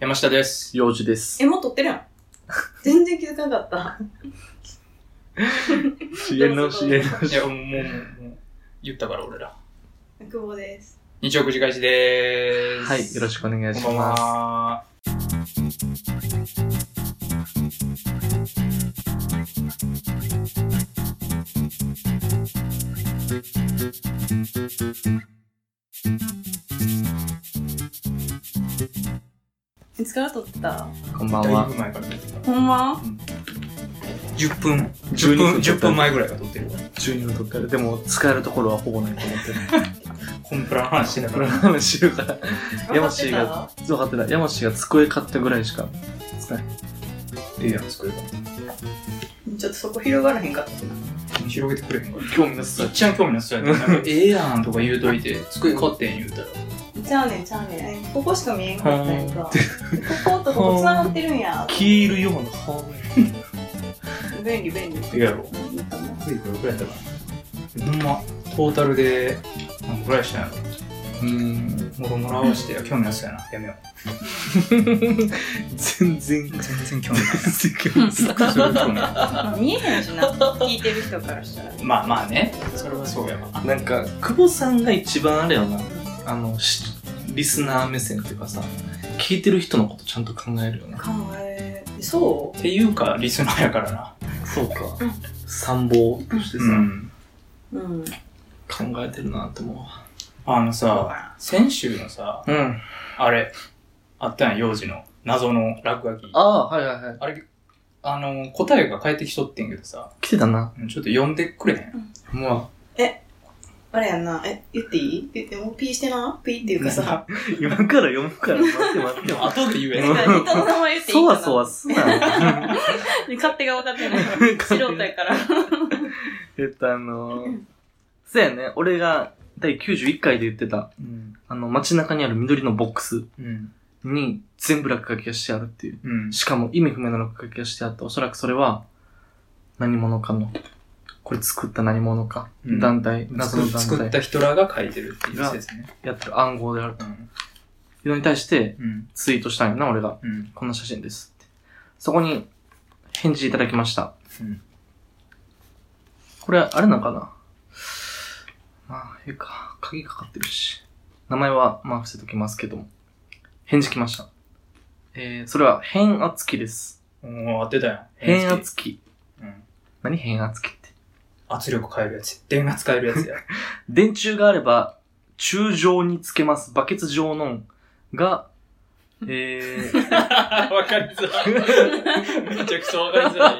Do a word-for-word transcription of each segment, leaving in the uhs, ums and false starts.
山下です。 幼児です。 え、もう撮ってるやん。全然気づかなかった。 知恵の知恵のいや、もう、もう、もう、言ったから俺ら。 久保です。 日曜くじ開始でーす。 はい、よろしくお願いします。 こんばんは。 いつから撮ってた？ こんばんは。 だいぶ前から撮ってた。 ほんま、 うん、じゅっぷん、じゅっぷん、じゅっぷんまえぐらいから撮ってる。 じゅうにふん撮ってる。でも、使えるところはほぼないと思ってる。 コンプラの話してたコンプから。 ラの話してるから。山氏が、 が、分かってない。山氏が机買ったぐらいしか使えない。 ええやん、作れば。 ちょっとそこ広がらへんかったな。 広げてくれへんから。 興味なさそう。 めっちゃ興味なさそうやった。なんか、ええやんとか言うといて、机買ってん言うたら。 ちゃうねんちゃうねん。ここしか見えんかったやんか。こことここ繋がってるんや。 消えるような、 便利便利。 いやろ。いくらくらいやったかな。ほんま、トータルで、何個くらいしたんやろ。 うーん。 もろもろ合わせて、興味なさそうやな。やめよ全然、 う。全然興味ない。 全然興味ない。 それは興味ない。 まあ見えへんしな。聞いてる人からしたら。 まあまあね。それはそうやわ。 なんか、久保さんが一番あれよな。あの、リスナー目線っていうかさ、聞いてる人のことちゃんと考えるよな。 考え、そうっていうか、リスナーやからな。 そうか。参謀としてさ、 うん。 うん。 考えてるなと思うわ。 あのさ、先週のさ、 うん。 あれ、あったやん、幼児の謎の落書き。 ああ、はいはいはい。 あれ、あの、答えが返ってきとってんけどさ、 来てたな。 ちょっと読んでくれへん。 もあれやんな。え、言っていい言ってもうピーしてなピーっていうかさ。 う、今から読むから待って待って。 後で言えなんかな。 人の名前言っていいかな。 そわそわすな。 勝手が分かってない。素人やから。 えっとあのー、そうやね、俺がだいきゅうじゅういっかいで言ってた、 うん。 あの、街中にある緑のボックスうん。 に全部落書きがしてあるっていう。 うん。 しかも意味不明な落書きがしてあって、おそらくそれは何者かの、これ作った何者か、 うん団体、謎の団作った体人らが書いてるっていう説ね。 やってる暗号であると。 うん。 いうのに対してうん。 ツイートしたんよな、俺が。 うん。 こんな写真ですって。そこに返事いただきました。 うん。 これ、あれなんかな、まあ、ええか。鍵かかってるし。名前は、まあ、伏せときますけども。返事来ました。えー、それは、変圧器です。 おー、合ってたやん。 変圧器。 うん。 何変圧器って。 圧力変えるやつ。電圧変えるやつや。 電柱があれば、柱状につけます。バケツ状のが、えー、 わかりづらい。めちゃくちゃわかりづらい。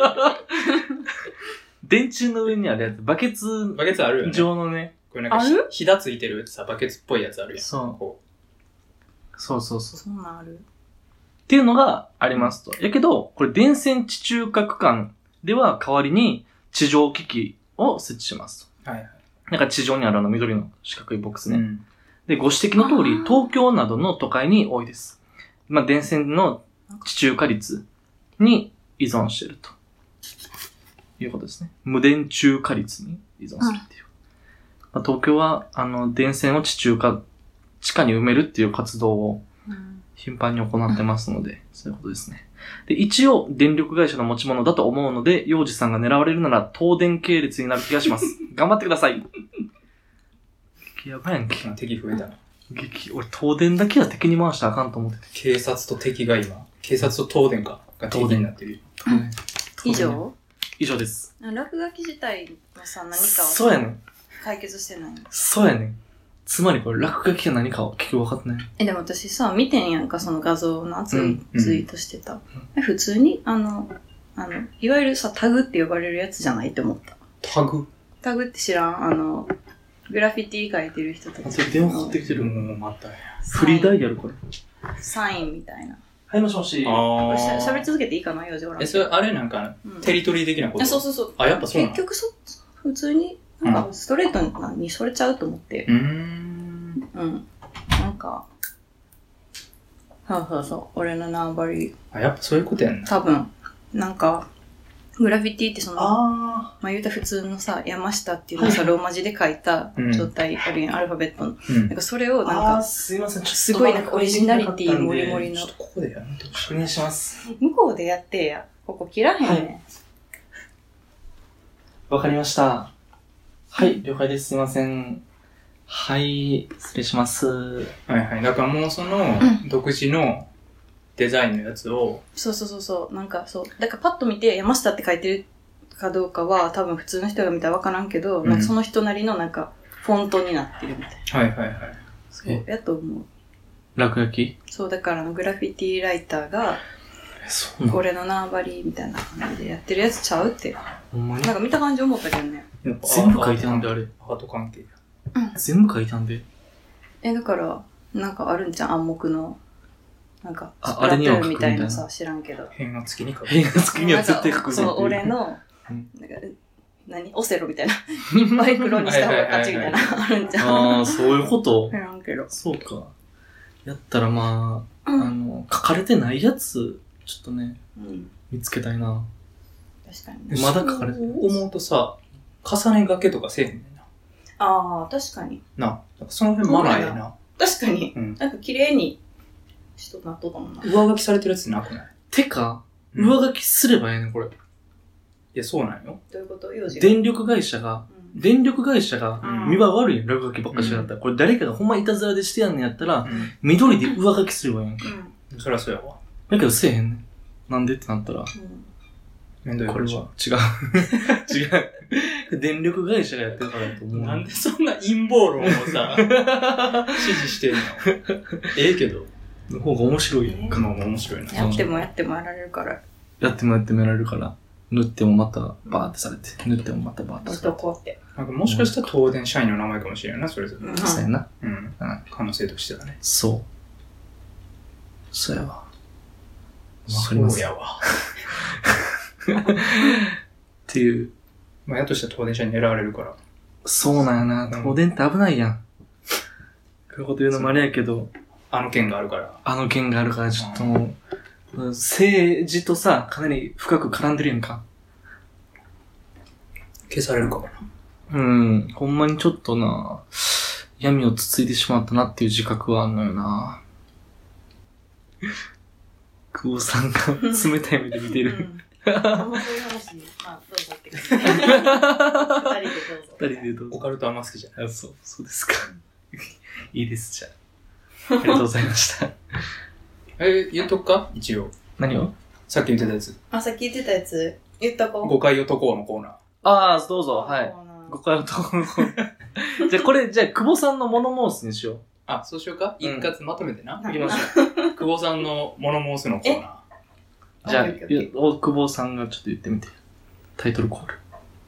電柱の上にあるやつ、バケツバケツあるよね。 状のね。 これなんかあるひ、ひだついてるさ、バケツっぽいやつあるやん。 そうこそうそうそう。 そんなんある。 っていうのがありますと。やけど、これ電線地中化区間では代わりに地上機器を設置しますう。はいはい。 と。なんか地上にあるあの緑の四角いボックスね。 うん。 で、ご指摘の通りあー、 東京などの都会に多いです。まあ、電線の地中化率に依存しているということですね。無電柱化率に依存するっていう。まあ、東京は、あの、電線を地中化、地下に埋めるっていう活動をうん頻繁に行ってますので、そういうことですね。で、一応、電力会社の持ち物だと思うので、幼児さんが狙われるなら、東電系列になる気がします。頑張ってください。激ヤバやんけ。 敵増えたな。 激、俺、東電だけは敵に回したらあかんと思ってて。 警察と敵が今、警察と東電か、が敵になってる。 東電以上以上です。 落書き自体のさ、何かをそうやねん。 解決してないの。 そうやねん。つまりこれ、落書きが何かを結局分かってない。 え、でも私さ、見てんやんか、その画像のツイ,、 うんツイートしてた。え普通に、あの、あの、いわゆるさ、タグって呼ばれるやつじゃないって思った。 タグタグって知らんあの、グラフィティ書いてる人たあ、 ち。 それ電話かかってきてる。 もうまたや。 フリーダイヤルこれ。 サインみたいな。 はい、もしもし。 あこれしゃー。 喋り続けていいかな、幼児おらんえ、それ、あれなんか、 うんテリトリー的なことあそうそうそう。 あやっぱそうなの結局そ、普通に、なんかストレートにそれちゃうと思って。 うーん。 うん。なんか、そうそうそう。俺の縄張り、 あ、やっぱそういうことやんな。 多分、なんか、 グラフィティってその、 あまあ言うたら普通のさ、山下っていうのをさ、ローマ字で書いた状態あるやん、アルファベットの。 ー。うんなんかそれをなんあー、 か、 すいません。ちょっとすごいなんかオリジナリティもりもりのちょっとここでやめてほしい。 確認します。 向こうでやってや。ここ切らへんねわかりました。はい、了解です。すいません。はい、失礼します。 はいはい。だからもうその、独自のデザインのやつを、 そうそうそうそう。なんかそう。だからパッと見て山下って書いてるかどうかは多分普通の人が見たらわからんけど、 うんなんかその人なりのなんかフォントになってるみたいな。 はいはいはい。 そう。やと思う。 落書きそう、だからあのグラフィティライターが、 え、そうなの？ 俺の縄張りみたいな感じでやってるやつちゃうって。 ほんまになんか見た感じ思ったけどね。 やっぱ全部書いてあんで、あれ。 アート関係。 全部書いてあんで。 え、だから、なんかあるんじゃん、暗黙の。なんか、 あスプラトゥーンあれには書くみたいなみたいさ、知らんけど。 変が付きに書く。 変が付きには絶対書くぜそう、 っていう。 俺の、 うんなんか、何オセロみたいな。いっぱい黒にした方が勝ちみたいな、あるんじゃん。 ああ、そういうこと知らんけど。 そうか。やったらまあ、 うんあの、書かれてないやつ、ちょっとね、 うん。 見つけたいな。 確かにね。 まだ書かれてるそう思うとさ、重ね掛けとかせえへんねんな。 ああ、確かに。 な。なんかその辺マナーええな。 確かに。 うん。 なんか綺麗に、しとなっとったもんな。 上書きされてるやつなくない？ てか、 うん上書きすればええねん、これ。 いや、そうなんよ。 どういうこと用事が。 電力会社が、 うん電力会社がうん見栄え悪いやん、落書きばっかしやがったら。これ誰かがほんまいたずらでしてやんねんやったら、 うん。 緑で上書きすればええやん。 うん。 そりゃそうやわ。 だけどせえへんねん。なんでってなったら、 うん。 めんどいこれは違う。違う。電力会社がやってるからだと思う。 なんでそんな陰謀論をさ、支持してんのええけど。 の方が面白いやんか。 まあまあ面白いな。 やってもやってもやられるから、 やってもやってもやられるから、塗ってもまたバーってされて、塗ってもまたバーって置いされて。 とこうって。 なんかもしかしたら東電社員の名前かもしれんな、それぞれ。 うんそうやな。 うん。 うん。 可能性としてはね。 そう。そうやわ。わかります。 そうやわ。 っていう。 まあ、やとしたら東電社員狙われるから。 そうなんやな。 うん東電って危ないやん。こういうこと言うのもあれやけど、 あの件があるから。 あの件があるからちょっともう、政治とさ、かなり深く絡んでるやんか。 消されるかもな。 うん。ほんまにちょっとな、闇をつついてしまったなっていう自覚はあんのよな。久保さんが冷たい目で見てる。 うん。あんまそういう話、まあ、どうぞって感じ。二人でどうぞ。 二人でどうぞ。 オカルトあんま好きじゃない。 あ、そう、そうですか。いいです、じゃあ。ありがとうございました。 え、言っとくか一応。 何をさっき言ってたやつ。 あ、さっき言ってたやつ、言った子。 誤解を解こうのコーナー。 ああ、どうぞ、はい。 ご誤解をとじゃあこれ、じゃあ、久保さんのモノ申すにしよあ、そうしようか、 うん一括まとめてな。 う。いきましょ久保さんの物申すのコーナう。じゃあ、 オッケーオッケーゆお久保さんがちょっと言ってみて。タイトルコール。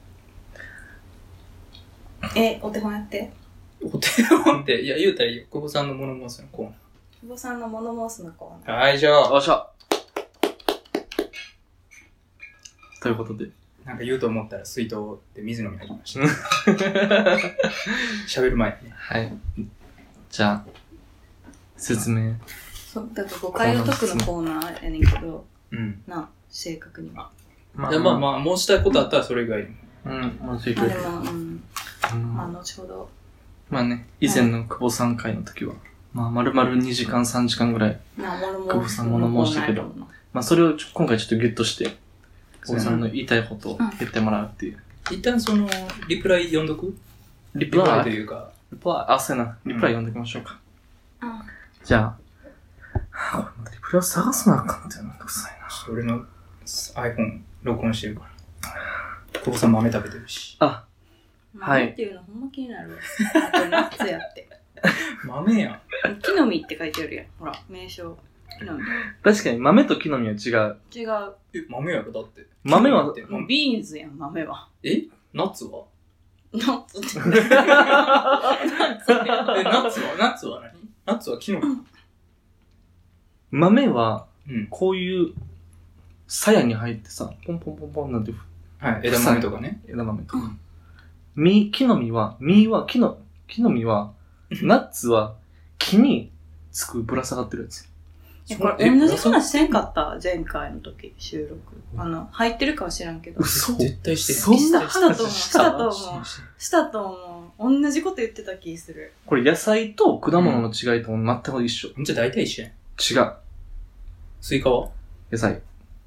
え、お手本やって。 ー。お手本って、いや、言うたらいいよ。久保さんの物申すのコー久保さんの物申すのコーナー。 ナー。はい、じゃあ。 よっしゃということで。 なんか言うと思ったら水筒で水飲み始めました。喋る前にね。 はい。じゃあ、説明。 そう、だから誤解を解くのコーナーやねんけど、 うん。 な、正確には。 まいや、まあまあ、申したいことあったらそれ以外にも。 うん、まあ、正まあ解でも、うん。 うんまあ、後ほど。 まあね、以前の久保さん会の時は、まあ、丸々にじかん、さんじかんぐらい。 まあ、物久保さん物申したけどまあ、それをちょ今回ちょっとギュッとして、久保さんの言いたいことを言ってもらうっていう。 一旦その、リプライ読んどくリリプライとイいうか、 リプライあ、そうやな。リプライ読んでおきましょうか。 うん。 じゃあ、はあリプライを探さなあかんってめんどくさいな。 俺の iPhone 録音してるから。久保さん豆食べてるし。 あ、はい豆っていうのほんま気になる。あとナッツやって。 豆やん。 木の実って書いてあるやん。ほら、名称。木の確かに豆と木の実は違う。 実。違う。 え、豆やろだって。 豆はってもうビーンズやん、豆は。 えナッツはナッツって。 え、ナッツはナッツは何ナッツは木の実。 豆は、 うん。 こういう、鞘に入ってさ、ポンポンポンポンなんてはい、枝豆とかね。 枝豆とか。実、木の実は、実は、木の、木の実は、ナッツは木につくぶら下がってるやつ。 え、これ同じ話せんかった前回の時、収録。あの、入ってるかは知らんけど。 嘘絶対してそんなしたと思う。 話したと思う。したと思う。同じこと言ってた気する。 これ野菜と果物の違いと全く一緒。 じゃあ大体一緒やん。 違う。 スイカは野菜。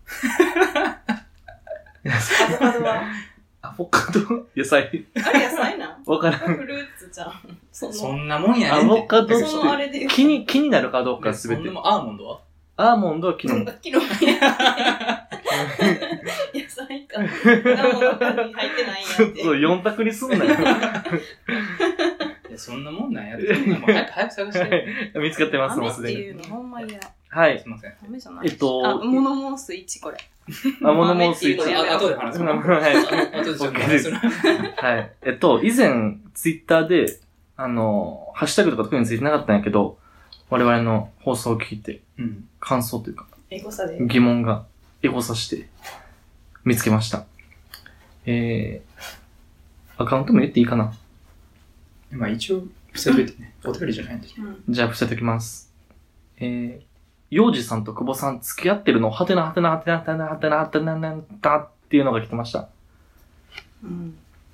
アボカドはアボカド野菜。 あれ野菜なんわからん。 フルーツじゃん。そその、 んなもんやねアんって。 ボカドっそのあれで言うて気に、気になるかどうかすべてそんな。もんアーモンドはアーモンドは木の実。 昨日野菜か。果物かに入ってないんやって。 そう、四択にすんなよ。 いや、そんなもんなんやって。もう早く、早く探して。 見つかってます、もうすでに。 豆っていうのほんま嫌。 はいす。いません。 ダメじゃないえっとあ、モノモースいちこれ。 あ、モノモースいち。 豆っていうのやめようあ後で話す。 はい。 あとでちょっと話すな。 はい。えっと、以前、ツイッターで、あの、ハッシュタグとか特についてなかったんやけど、我々の放送を聞いて、 うん。 感想というか、 エゴサで。 疑問がエゴサして、見つけました。えー、アカウントも言っていいかな？ まあ一応、伏せといてね。お便りじゃないんで。 うん。 じゃあ、伏せときます。えー、幼児さんと久保さん付き合ってるの、はてなはてなはてなはてなはてなはてななんだっていうのが来てました。 うん。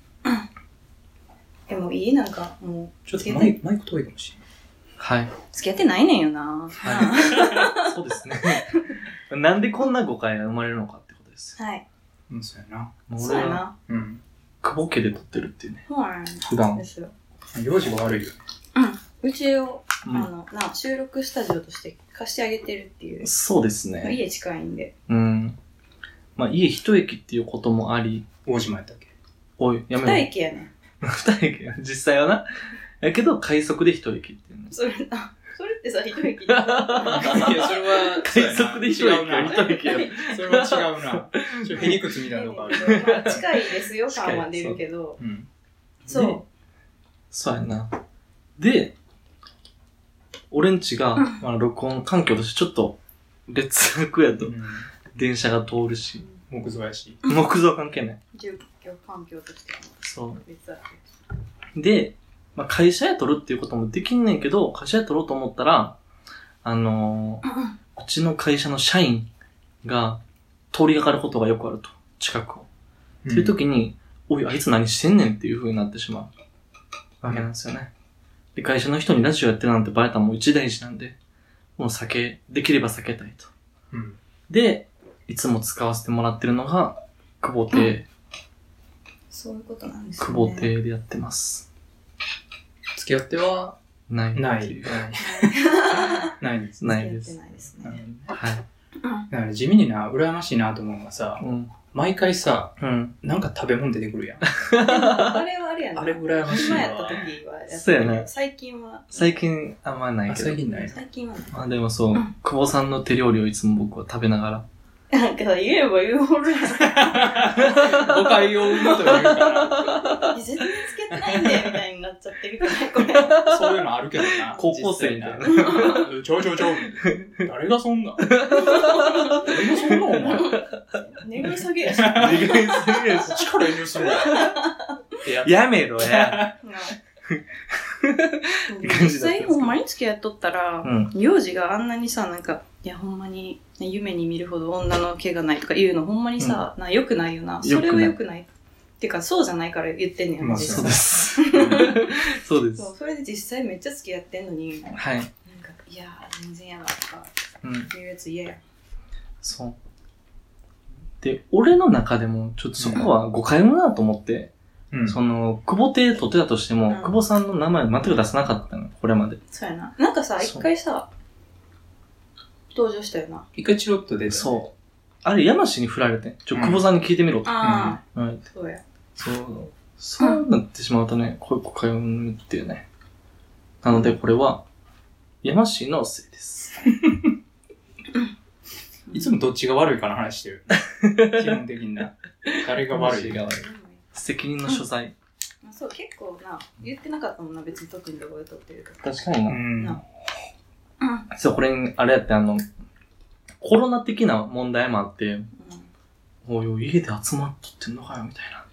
でもいいなんか、もう、 ちょっとマイマイク遠いかもしれない。 はい。 付き合ってないねんよな。 はい。そうですね。なんでこんな誤解が生まれるのかってことです。 はい。 うん、そうやな。 もうそう俺は、 やな。 うん。 久保家で撮ってるっていうね。 はい。 普段で。すよ。 幼児が悪いよね。 うん。うちを、あうん。 の、な、収録スタジオとして貸してあげてるっていう。 そうですね。 家近いんで。 うん。まあ、家一駅っていうこともあり、 大島やったっけおい、やめろ。 二駅やねん。 二駅。実際はな。やけど、快速で一駅っていうね。 それ、あ、それってさ、一駅いや、それは、 快速で一駅違うな。 は一駅や。 それは違うな。ちょ、へりくつみたいなとこある。 まあ近いですよ感は出るけど。 うん。 そう。 そうやな。で、俺んちが、まあ、録音環境としてちょっと、劣悪やと、電車が通るし、 木造やし。 木造関係ない。 住居環境としてもそ別だう。で、まあ、会社や取るっていうこともできんねんけど、会社や取ろうと思ったら、あのー、うちの会社の社員が通りがかることがよくあると。近くを。っていう時に、おい、あいつ何してんねんっていう風になってしまうわけなんですよね。で、会社の人にラジオやってるなんてバレたらもう一大事なんで、もう避け、できれば避けたいと。 うん。 で、いつも使わせてもらってるのが、久保亭、 そういうことなんですよね。 久保亭でやってます。 付き合っては、 ないっていう。 ない。ない。ないです。 ないです。 付き合ってないですね。 うんはい。 だから地味にな、羨ましいなと思うのがさ、 うん。 毎回さ、 うん。 なんか食べ物出てくるやん。 あれはあれやな。 あれ羨ましい今やったわ。 時はやったけどそうやね最近は。 最近あんまないあ、 けど。 最近ない。 最近はね。 まあでもそう、久保さんの手料理をいつも僕は食べながら。 なんかさ、言えば言うほどやん。 誤解を生むというかえ全然つけてないんだよ、みたいになっちゃってるから、これ。 な、そういうのあるけどな。 高校生みたいな実際な。ちょいちょいちょい。誰がそんな誰がそんなお前。 願い下げやし。 意外すぎるし力遠慮するわ。ってやつやめろや。 な実際ほんまに付き合っとったら、 うん。 幼児があんなにさ、なんか、いやほんまに夢に見るほど女の毛がないとか言うのほんまにさ、な良くないよな。それは良くない。っていうか、そうじゃないから言ってんねん、 まあそうで実際。 す。そうです。 そう、それで実際めっちゃ付き合ってんのに、なんか、 はい。 いやー、全然やなとか、 うん。 言うやつ嫌や。 そう。で、俺の中でも、ちょっとそこは誤解もなと思って、 うん。 その、久保亭取ってたとしても、 うん久保さんの名前全く出さなかったの、これまで。 そうやな。なんかさ、 そう一回さ、登場したよな。 一回チロッと出て。 そう。あれ、山氏に振られて、ちょ、久保さんに聞いてみろって。 あうん。 あ、そうや。 そう。そうなってしまうとね、こういう誤解を生むっていうね。なので、これは、山氏のせいです。 いつもどっちが悪いかの話してる。基本的にな。誰が悪い山氏が悪い責任の所在。 あそう、結構な、言ってなかったもんな、別に特にどこで撮ってるとか。 確かにな。 うん。 なそう、これ、あれやって、あの、コロナ的な問題もあって、 うん。 おいおい、家で集まっとってんのかよ、みたいな。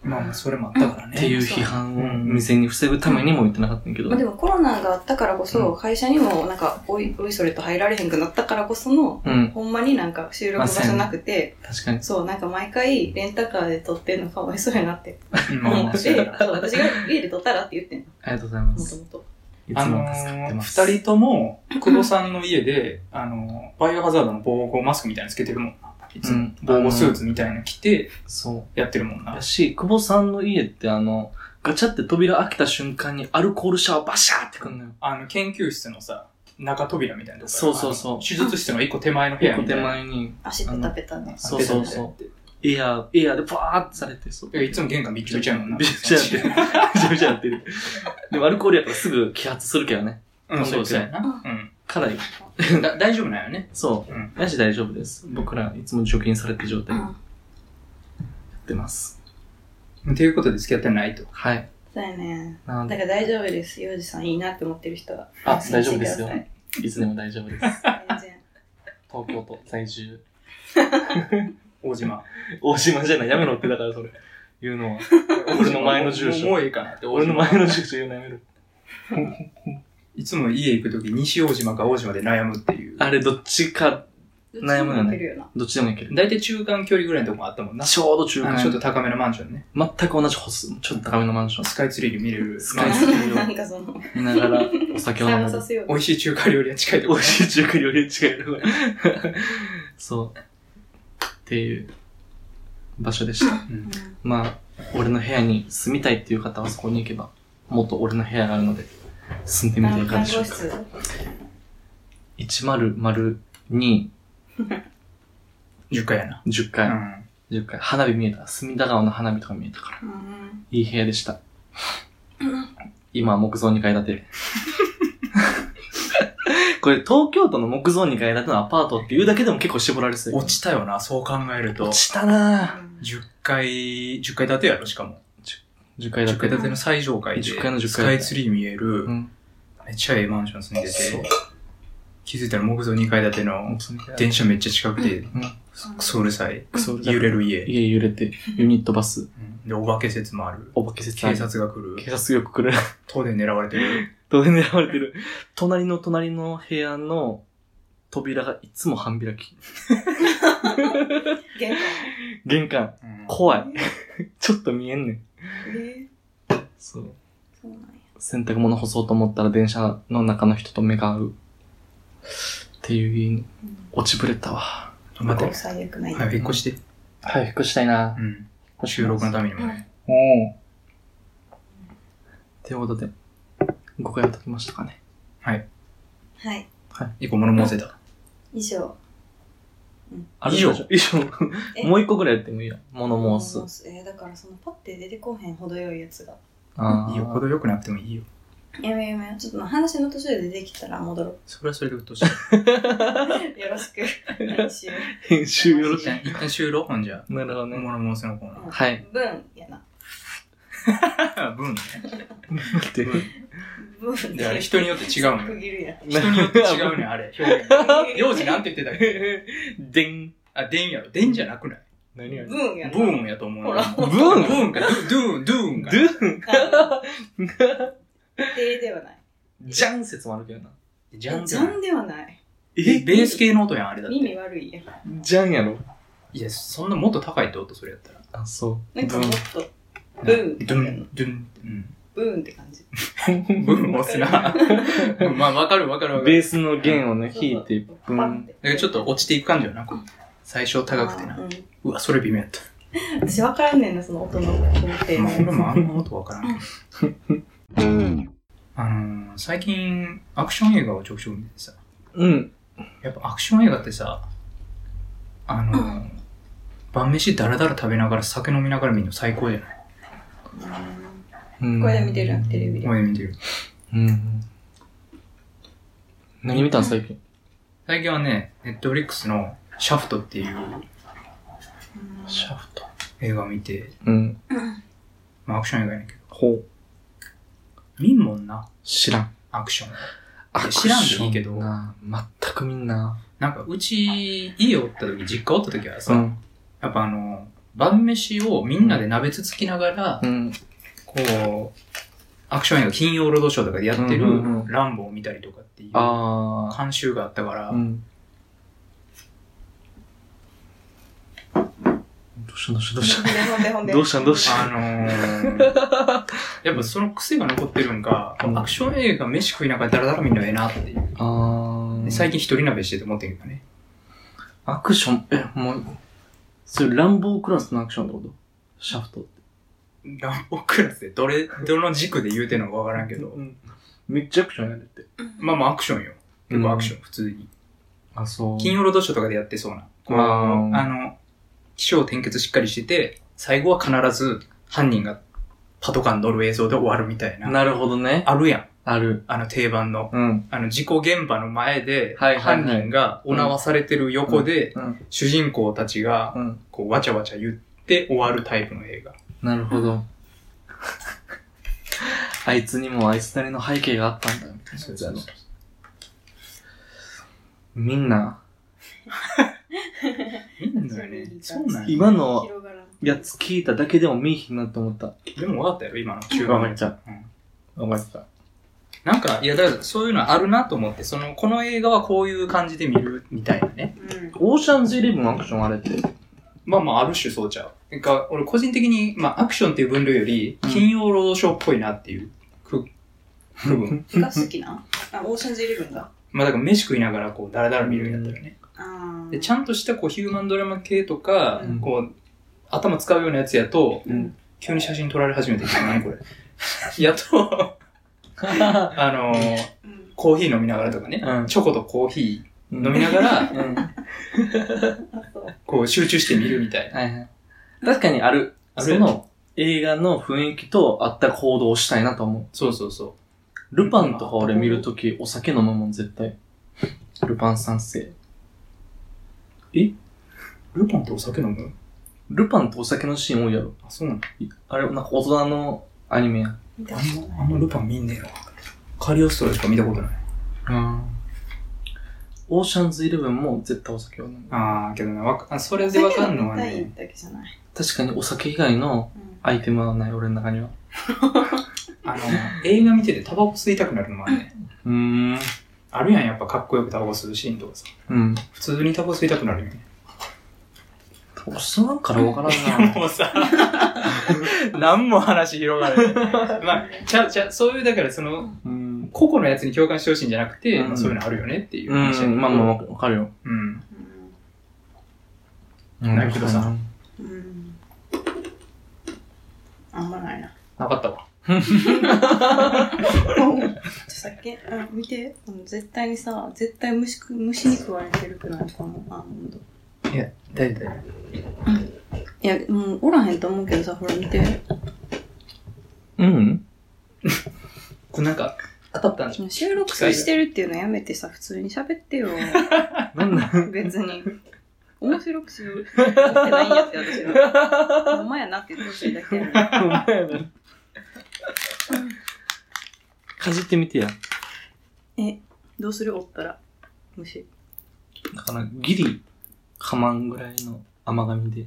まあ、それもあったからね。 っていう批判を未然に防ぐためにも言ってなかったんやけど。 まあでもコロナがあったからこそ、会社にもなんか、おい、おいそれと入られへんくなったからこその、 うん。 ほんまになんか収録場所なくて、 確かに。 そう、なんか毎回レンタカーで撮ってんのかわいそうやなってまあまあ、 思って、 そうやなそう、私が家で撮ったらって言ってんの。 ありがとうございまもとす。 もと。 いつあのも助かってー、 ます。 二人とも、久保さんの家で、あのー、バイオハザードの防護マスクみたいなのつけてるもんな。いつもうん防護スーツみたいなの着て、 そやってるもんう。 なだ。し、久保さんの家ってあの、ガチャって扉開けた瞬間にアルコールシャワーバシャーってくんのよ。 あの、研究室のさ、中扉みたいなとこそうそうそうあの手術室の一個手前の部屋結構手みたいな。 前に、 足ペタペタね。 そうそうそうエアー、エアーでパーってされて、そう。 いつも玄関びっちょびちょやもんな。 びっちゃびちゃやってる。びちゃびちゃやってる。でもアルコールやったらすぐ揮発するけどね。 うん、そうそうやな。うん。 辛い。 だ大丈夫なんよね。 そうう。 ん。 マジ大丈夫です。僕らいつも除菌されてる状態でやうん。 ってます。 ということで付き合ってないと。 はい。 そうやね。 なので、 だから大丈夫です。洋二さんいいなって思ってる人は。 あ、大丈夫ですよ安心してください。 いつでも大丈夫です。 全然。 東京都在住。 大島。 大島じゃない、やめろってだからそれ。言うのは。俺の前の住所。 もうもういいかなって。 俺の前の住所言うのやめろ。 いつも家行くとき西大島か大島で悩むっていう。 あれどっちか、悩むよねどっちもいけるよな。 どっちでもいける。 だいたい中間距離ぐらいのとこもあったもんな。 ちょうど中間。 あのちょっと高めのマンションね。 全く同じ歩数。ちょっと高めのマンション。 スカイツリーに見れる。 スカイツリーなんかその、 見ながらお酒を飲む。 探させよう。 美味しい中華料理が近いとこ美味しい中華料理に近いところ。そう。っていう場所でした。 うんまあ、俺の部屋に住みたいっていう方はそこに行けば、もっと俺の部屋があるので、住んでみてい何かがでしょうか。 号室いちまるまるに、 じゅっかいやな。 じゅっかい、 うん。 じゅっかい、花火見えた。隅田川の花火とか見えたから。 うん。 いい部屋でした。今は木造にかい建て。これ東京都の木造にかい建てのアパートっていうだけでも結構絞られそう。 落ちたよな、そう考えると。 落ちたなぁ。 じゅっかい、じゅっかい建てやろ、しかも。 じゅっかいじゅっか建て。 い建ての最上階で、 じゅっかいのじゅっスかいカイツリー見える、 うん。 めっちゃええマンション住んでそうて、気づいたら木造にかい建ての電車めっちゃ近くて、 うん。 クソうるさい。 クソうるさい揺れる家。 家揺れて、ユニットバス、 うんで、お化け説もある。 お化け説あ警る察が来る。 警察よく来る。 東電狙われてる。 どうで狙われてる。隣の隣の部屋の扉がいつも半開き。 玄関。 玄関、 うん怖い。ちょっと見えんねん。 えそう。 そうなんや。 洗濯物干そうと思ったら電車の中の人と目が合う。っていう家に落ちぶれたわ。 待って。 最悪ない。 はい、引っ越して。 はい、引っ越したいなう。ん。収録のためにもね。 おお。ということで、ごかいは経きましたかね。 はい。 はい。 一個物申せた。 以上。 あれ以上以上。 えもう一個ぐらいやってもいいや。物申す。 えー、だからそのパッて出てこへん程よいやつが。 あいいよ、ほど良くなくてもいいよ。 やめやめ。ちょっと話の途中で出てきたら戻ろそれはそれでうっとうしい。 う。よろしく。練習。 編集よろし一旦、一旦終了ほんじゃ。 い。なるほどね。 物申せのコーナー。 はい。 文やな。 文ね。 待って。 文で、あれ人によって違うのよ。 区切るやん。 人によって違うねん、あれ。表現。幼児なんて言ってたっけでん。 あ、でんやろ。でんじゃなくない何や文やな。 ブーンやと思う。 ほらブーンブーンか、ドゥドゥーン、ドゥーンか。 ドゥン定ではない。 じゃん説もあるけどな。 じゃんじゃんではない。 え、ベース系の音やん、あれだって。 耳悪いやん。 じゃんやろ。 いや、そんなもっと高いって音、それやったら。 あ、そう。 なんかもっと、ブーンってドゥン感じやん、 ドゥン、うん。 ブーンって感じ。 ブーン押すな。まあ、わかるわかるわかる。 ベースの弦をね、 そうそう弾いて、ブパンっン。 てだからちょっと落ちていく感じよな、こう最初高くてな。 うんうわ、それ微妙やった。 私分からんねんな、その音の工程まあ、俺もあんの。 ま音わからん。あのー、最近、アクション映画をちょくちょく見てさ。 うん。 やっぱアクション映画ってさ、あのー、晩飯だらだら食べながら酒飲みながら見るの最高じゃないうんこれで見てるテレビで。 これで見てる。 うん。何見たん最近。 最近はね、ネットフリックスのシャフトっていうシャフト。 映画を見て、 うん。 まあアクション映画やねんけど、 ほう。 見んもんな、 知らん。 アクション。 あ知らんでいいけどな。全くみんな。 なんか、うち、家おった時、実家おった時はさ、 うん。 やっぱあの、 晩飯をみんなで鍋つつきながら、 うん。 こう、アクション映画金曜ロードショーとかでやってるうんうんうんランボーを見たりとかっていうああ。 慣習があったから、 うん。どうしたどうしたどうしたほんでほんでどうしたどうしたあのー、やっぱその癖が残ってるんか、 うんアクション映画飯食いながらダラダラ見るのええなっていう。 ああ。 で最近一人鍋してて思ってんけどね。 アクション、え、もう、それランボークラスのアクションってことシャフトって。 ランボークラスでどれ、どの軸で言うてんのかわからんけど、 うん。めっちゃアクションやるって。 まあまあアクションよ。結構アクション、普通に。 あ、そう。 金曜ロードショーとかでやってそうな。こうああーの、起承転結しっかりしてて、最後は必ず犯人がパトカーに乗る映像で終わるみたいな。 なるほどね。 あるやん。 ある。 あの定番の。 うん。 あの事故現場の前で、 はいはいはい犯人がお縄されてる横で、 うん。 主人公たちがう、ん。 こう、わちゃわちゃ言って終わるタイプの映画。 なるほど。あいつにもあいつなりの背景があったんだよ、みたいなやつやろ。みんな、 いいんだよね。そうなんや。 今の広がらんやつ聞いただけでも見えひんなって思った。 でも分かったよ、今の中わかっちゃう。 うん。 わかった。 なんか、いや、だからそういうのあるなと思って、その、この映画はこういう感じで見るみたいなね。 うん。 オーシャンズイレブンアクションあれって。 まあまあ、ある種そうちゃう。なんか、俺個人的に、まあ、アクションっていう分類より、 うん金曜ロードショーっぽいなっていう、く、区分。 が好きなあ、オーシャンズイレブンが。 まあ、だから飯食いながら、こう、だらだら見るんやったらね。 あで、ちゃんとした、こう、ヒューマンドラマ系とか、 うんこう、頭使うようなやつやと、 うん。 急に写真撮られ始めてきた何これ。やと、あのー、 うん。 コーヒー飲みながらとかね、 うんチョコとコーヒー飲みながら、 うん。 あ、そう。 こう集中して見るみたいな。 はいはい。確かにある。 あるよねその映画の雰囲気と合った行動をしたいなと思う。 そうそうそルパンとか俺見るときお酒飲むもん絶対。ルパン三世。 う。えルパンってお酒飲む？ ルパンってお酒のシーン多いやろ。 あ、そうなの？ あれ、なんか大人のアニメや。 見たあことない。 の、あのルパン見んねえよ。カリオストロしか見たことない。 うん。オーシャンズイレブンも絶対お酒を飲む。 あー、けどね、わかあそれでわかんのはお酒飲みね、 たいだけじゃない。 確かにお酒以外のうん。 アイテムはない、俺の中には。 あの、映画見ててタバコ吸いたくなるのもあるね。 うーん。 あるやん、やっぱかっこよくタバコ吸うシーンとかさ。 うん。 普通にタバコ吸いたくなるよね。 おっさんからわからんな。 もうさ、何も話広がる。まあ、ちゃ、ちゃ、そういう、だからその、 うん。 個々のやつに共感してほしいんじゃなくて、 うんまあそういうのあるよねっていうう話やねん、まあまあわわかるよ。 うん。 うんなるけどさ。 うん。うん。あんまないな。 なかったわ。 さっき、うん、見て。うん絶対にさ、絶対虫く、虫に食われてるくないこのアーモンド。 いや、大体。 いや、もうおらへんと思うけどさ、ほら見て。 うんこれなんか、当たったんでしょ？ 収録してるっていうのやめてさ、普通に喋ってよ。 なんだ別に。面白くしようってないんやって、私は。ほんまやなって言ってほしいだけやね。 ほんまやな。かじってみてや。 え、どうするおったら、虫。 だから、ギリ、かまんぐらいの甘噛みで。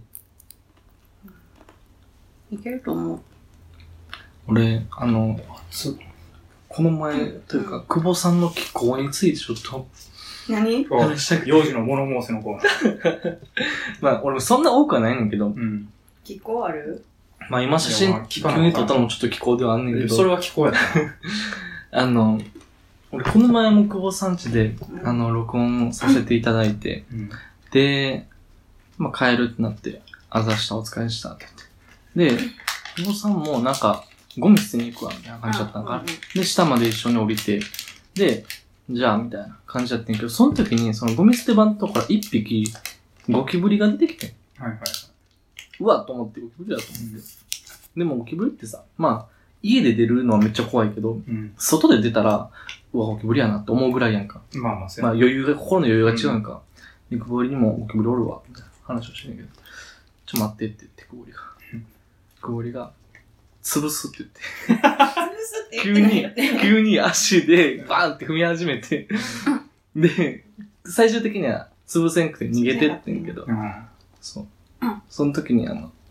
いけると思う。 俺、あの、つこの前、というか、久保さんの気候についてちょっと、 何話したくて幼児の物申すのコーナー。 まあ、俺そんな多くはないねんけど、 うん。 気候あるまあ今写真いやまあ聞かな急に撮ったのもちょっと気候ではあんねんけど、 それは聞こえたな。 あの、俺この前も久保さん家で、 うんあの、録音させていただいて、 うん。 で、まあ帰るってなって、あざした、お疲れしたって言って。で、久保さんもなんか、ゴミ捨てに行くわ、みたいな感じだったのかな。 うんうんで、下まで一緒に降りて、で、じゃあ、みたいな感じだったんやけど、その時に、そのゴミ捨て場のとこから一匹、ゴキブリが出てきて、 はいはい。 うわっと思ってゴキブリだと思って。でもゴキブリってさ、まあ、家で出るのはめっちゃ怖いけど、 うん。 外で出たら、うわ、ゴキブリやなって思うぐらいやんか。 まあまあ、そうまあや余裕が、心の余裕が違うんか。で、久保りにもゴキブリおるわ、みたいな話をしてんけど、ちょ待ってって言って、久保りが。久保りが、潰すって言って。 潰すって急言ってないによね。、 急に足でバーンって踏み始めて、で、最終的には潰せんくて逃げてってんけど、 うん。 そううん。 その時にあの、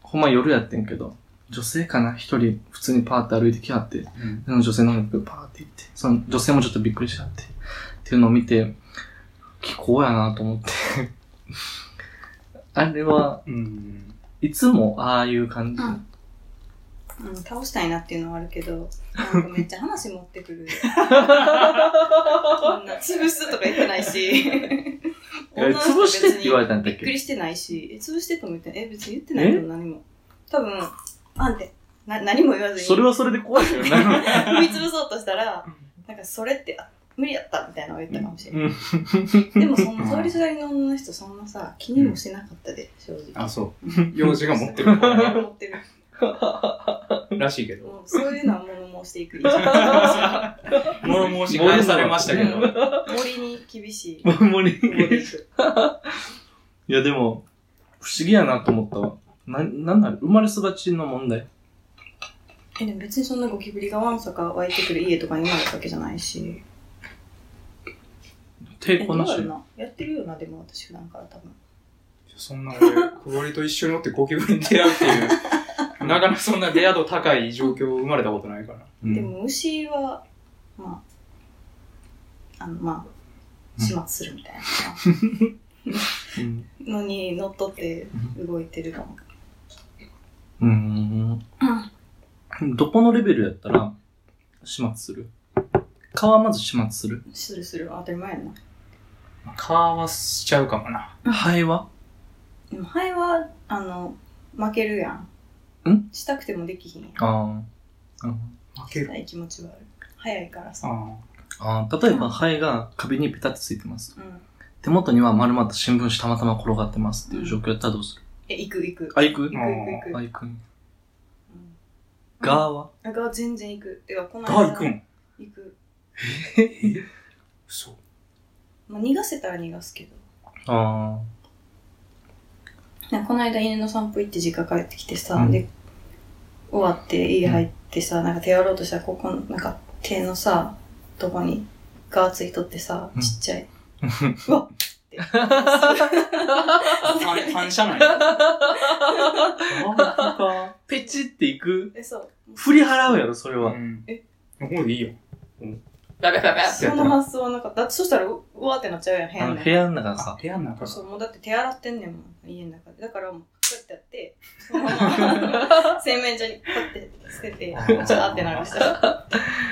ほんま夜やってんけど、女性かな一人普通にパーって歩いてきはって、 うん。 その女性の音楽パーって行って、その女性もちょっとびっくりしちゃって、っていうのを見て、気候やなと思って。あれは、 うん。 いつもああいう感じ。 うん。うん、倒したいなっていうのはあるけど、なんかめっちゃ話持ってくる。そんな潰すとか言ってないし。 潰してって言われたんだっけ？ びっくりしてないし、え、潰してとも言ってない。え、別に言ってないけど何も。多分、あんて、な、何も言わずに。 それはそれで怖いけどね。 踏み潰そうとしたら、なんかそれって、あ、無理やったみたいなのを言ったかもしれない。うん、でもそんな、通りすがりの女の人そんなさ、気にもしなかったで、正直。 あ、そう。用事が持ってる。 持ってる。 らしいけど。 もうそういうのは物申していく。 物申し返されましたけど。 森に厳しい。 森に厳しい。いやでも、不思議やなと思ったわ。な、なんだろう、生まれ育ちの問題。 え、でも別にそんなゴキブリがわんさか湧いてくる家とかに生まれたわけじゃないし。 抵抗なし。 やってるよな、でも私普段から多分。 そんな俺、小堀と一緒におってゴキブリに出会うっていう。なかなかそんなレア度高い状況生まれたことないから。 うん、でも虫は、まあ、あの、まあ、始末するみたいなのに乗っ取って動いてるかも。 うん。うん。どこのレベルやったら始末する？蚊はまず始末する？ するする。当たり前やな。 蚊はしちゃうかもな。 ハエは？ でもハエは、あの、負けるやん。 んしたくてもできひんやん。 ああ。 負ける。 したい気持ちはある。早いからさ。 ああ。例えば、ハエが壁にペタってついてます。 うん。 手元には丸まった新聞紙たまたま転がってますっていう状況やったらどうする？ え、行く行く。 あ、行く？ 行く行く行く。 あ、行く。ガーは？ ガー全然行く。てか、この間。 ガー行くん？ 行く。 えぇそう。 まあ、逃がせたら逃がすけど。 ああ。この間犬の散歩行って実家帰ってきてさ、 うん、 で、終わって家入ってさ、なんか手洗おうとしたら、ここの、なんか手のさ、とこにガーついとってさ、ちっちゃい。うわっって。 反射なんや。 ペチっていく？ え、そう。 振り払うやろ、それは。 うん、 えこれでいいよ。うん。 ババババその発想はなかった。だってそしたら、うわーってなっちゃうやん、部屋の中。 部屋の中さ。 部屋の中そう、もうだって手洗ってんねんもん、家の中で。だからもう、こうやってやって、そのまま、洗面所にパッて捨てて、ちゃーって流した。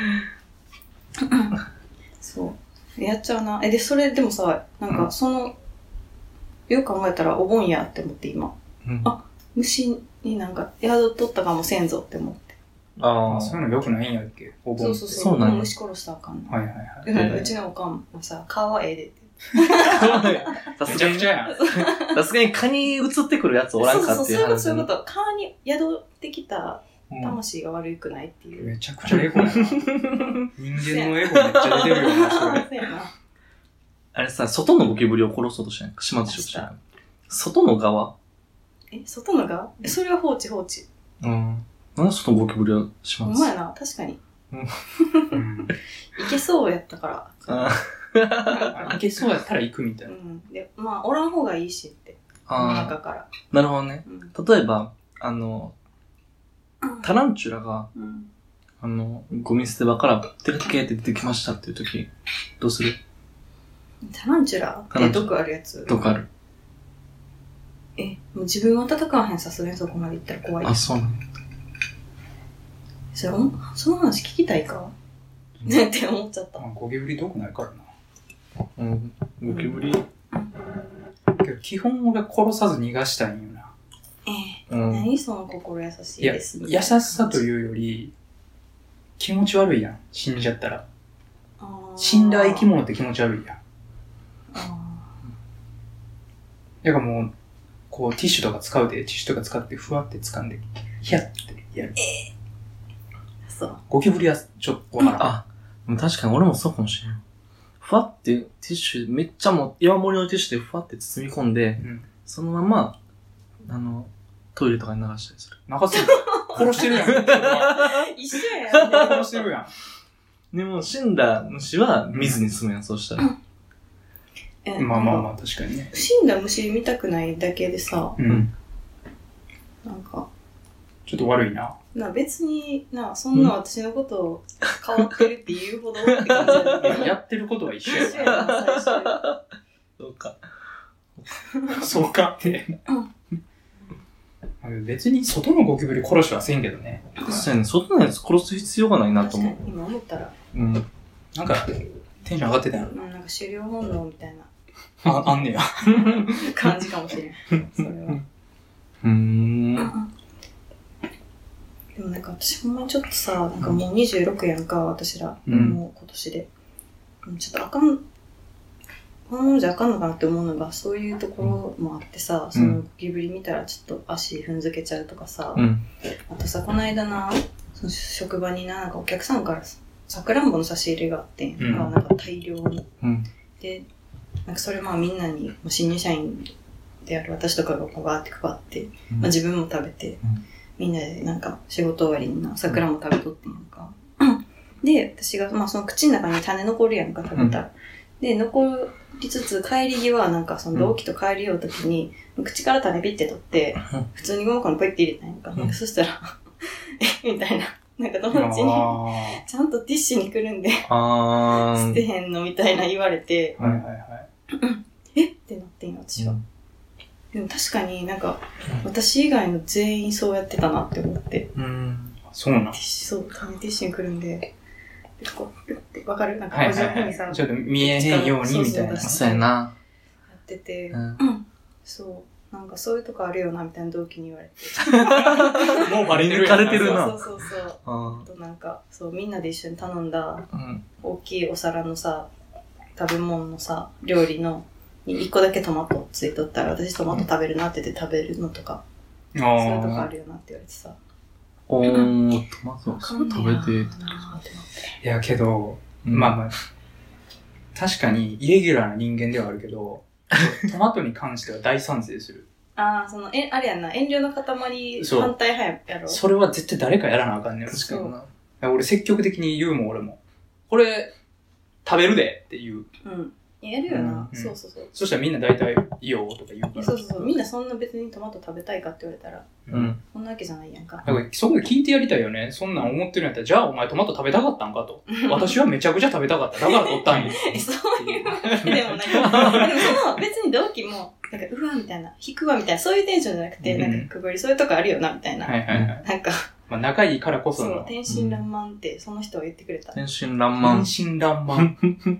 そう。やっちゃうな。え、で、それでもさ、なんか、その、よく考えたらお盆やって思って今。うん、あ、虫になんか宿っとったかもせんぞって思って。 ああ、そういうの良くないんやっけ？お盆って。 そうそうそう。そう虫殺したらあかんの。 はいはいはい。 で、なんかうちのおかんもさ、顔はええでって。 めちゃくちゃやん。 さすがに蚊に移ってくるやつおらんかっていう話。 そうそうそう、そういうこと。蚊に宿ってきた魂が悪くないっていう。 うん、めちゃくちゃエゴやな。人間のエゴめっちゃ出てるよな、それ。 そうやな。 あれさ、外のゴキブリを殺そうとしてないか始末しようとしてないか外の側？ え、外の側？え、それは放置放置。 うん。なんで外のゴキブリは始末？ ほんまやな、確かに。うん。いけそうやったから。 ああ。いけそうやったら行くみたいな。 うん。で、まあ、おらん方がいいしって。ああ。中から。 なるほどね。うん、例えば、あの、タランチュラが、うん、あの、ゴミ捨て場からテレケーって出てきましたっていう時、どうする？ タランチュラって毒あるやつ？ 毒ある。 え、もう自分は戦わへん、さすがにそこまで行ったら怖い。 あ、そうなの？ それ、その話聞きたいかねって思っちゃった。 ゴキブリ毒ないからな。 うん。ゴキブリ、うん、 けど基本俺殺さず逃がしたいんよな。 ええーうん、何その心優しいですね。 いや、優しさというより、気持ち悪いやん。死んじゃったら。死んだ生き物って気持ち悪いやん。だからもう、こうティッシュとか使うで、ティッシュとか使ってふわって掴んで、ヒャッってやる。 えー、そう。 ゴキブリはちょっとわからん。 あ、確かに俺もそうかもしれん。ふわってティッシュ、めっちゃもう、岩盛りのティッシュでふわって包み込んで、うん、そのまま、あの、トイレとかに流したりする。 流す殺してるやん。 一緒やん。 殺してるやん。でも死んだ虫は水に住むやん、そうしたら。 まあまあまあ、確かにね。 死んだ虫見たくないだけでさ、うん、なんか、 ちょっと悪いな。 な、別にな、そんな私のことを変わってるって言うほどって感じだけど。 やってることは一緒や一緒やな、最初。 そうか。 そうかって。別に外のゴキブリ殺しはせんけどね。 確かに、外のやつ殺す必要がないなと思う。 今思ったら。 うん。 なんか、テンション上がってたよ。 うん、なんか狩猟本能みたいな。 あ、あんねや。 感じかもしれん。それは。 うーん。 でもなんか私ほんまにちょっとさ、なんかもうにじゅうろくやんか、私ら。 うん、 もう今年で。ちょっとあかん、このままじゃあかんのかなって思うのが、そういうところもあってさ、そのゴキブリ見たらちょっと足踏んづけちゃうとかさ、 うん、あとさ、この間な、その職場にな、なんかお客さんからさくらんぼの差し入れがあってん、うん、なんか大量に。うん、で、なんかそれまあみんなに、新入社員である私とかがこうバーって配って、うん、まあ自分も食べて、うん、みんなでなんか仕事終わりにな、桜も食べとってんやんか。うん、で、私が、まあその口の中に種残るやんか、食べたら。うん、で、残りつつ帰り際なんかその同期と帰りようときに、うん、口から種ピッて取って、うん、普通にゴム缶ポイって入れたんやんか。うん、そしたら、えみたいな。なんか友達に、ちゃんとティッシュにくるんで、捨てへんのみたいな言われて、はいはいはい、えってなってんよ、私は。うん、でも確かになんか、私以外の全員そうやってたなって思って。 うん、そうなの？ ティッシュ、そう、種ティッシュにくるんで、こう、ピュッて、わかる？なんか、お上手にさ、 ちょっと見えへんようにみたいな。 そうやな。 やってて、うん、そう。なんかそういうとこあるよなみたいな同期に言われて。 もうバレてるやん。抜かれてるな。 そうそうそうそう。あとなんか、そう、みんなで一緒に頼んだ、うん、大きいお皿のさ、食べ物のさ、料理の、に一個だけトマトついとったら、私トマト食べるなって言って食べるのとか、うん、そういうとこあるよなって言われてさ。 おー、トマト食べて。いや、けど、うん、まあまあ、確かにイレギュラーな人間ではあるけど、トマトに関しては大賛成する。 ああ、その、え、あれやんな、遠慮の塊反対派やろ。 それは絶対誰かやらなあかんねん。 確かにな。俺積極的に言うもん、俺も。これ、食べるでって言う。 うん。やるよな、うん。そうそうそう。 そしたらみんな大体、いいよとか言うから。 そうそうそう。みんなそんな別にトマト食べたいかって言われたら、うん。そんなわけじゃないやんか。 だからそこで聞いてやりたいよね。そんなん思ってるんやったら、じゃあお前トマト食べたかったんかと。私はめちゃくちゃ食べたかった。だから取ったんや。 そういうわけでもない。でもその別に同期も、なんか、うわ、みたいな、引くわ、みたいな、そういうテンションじゃなくて、うん、なんか、くぐり、そういうとこあるよな、みたいな。はいはいはい。なんか、 まあ、仲いいからこその。 そう、天真爛漫って、その人は言ってくれた。 天真爛漫。 天真爛漫。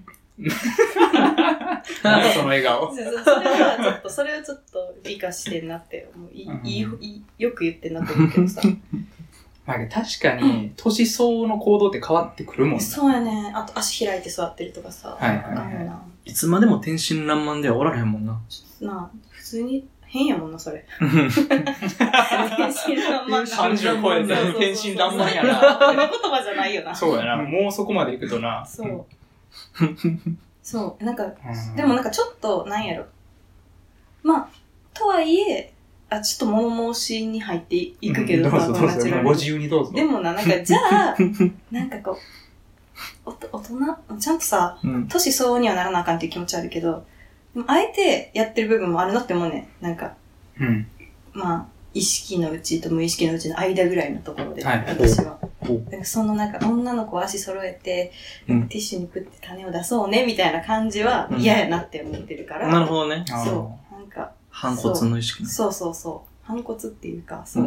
なんだその笑顔。 そうそう、それはちょっと、それはちょっと美化してんなって、もういい、うん、いい、よく言ってんなって思うけどさ。 まあ、確かに、年相の行動って変わってくるもんね。 そうやね。あと、足開いて座ってるとかさ。 はいはいはい。 いつまでも天真爛漫ではおらへんもんな。 なあ、普通に変やもんな、それ。天真爛漫。 さんじゅう超えて天真爛漫やな。 褒め言葉じゃないよな。 そうやな。もうそこまで行くとな。 そう。そう。なんか、でもなんかちょっと、なんやろ。まあ、とはいえ、あ、ちょっと物申しに入っていくけど、 うん、どうぞどうぞ。ご自由にどうぞ。 でもな、なんか、じゃあ、なんかこう、お大人、ちゃんとさ、うん、年相応にはならなあかんっていう気持ちあるけど、でもあえてやってる部分もあるなって思うね。なんか、うん、まあ、意識のうちと無意識のうちの間ぐらいのところで、はい、私は。なんかそのなんか女の子足揃えて、うん、ティッシュにプって種を出そうねみたいな感じは嫌やなって思ってるから。 うん、なるほどね。 そう。なんか。 反骨の意識ね。 そうそうそう。反骨っていうか、そう。うん、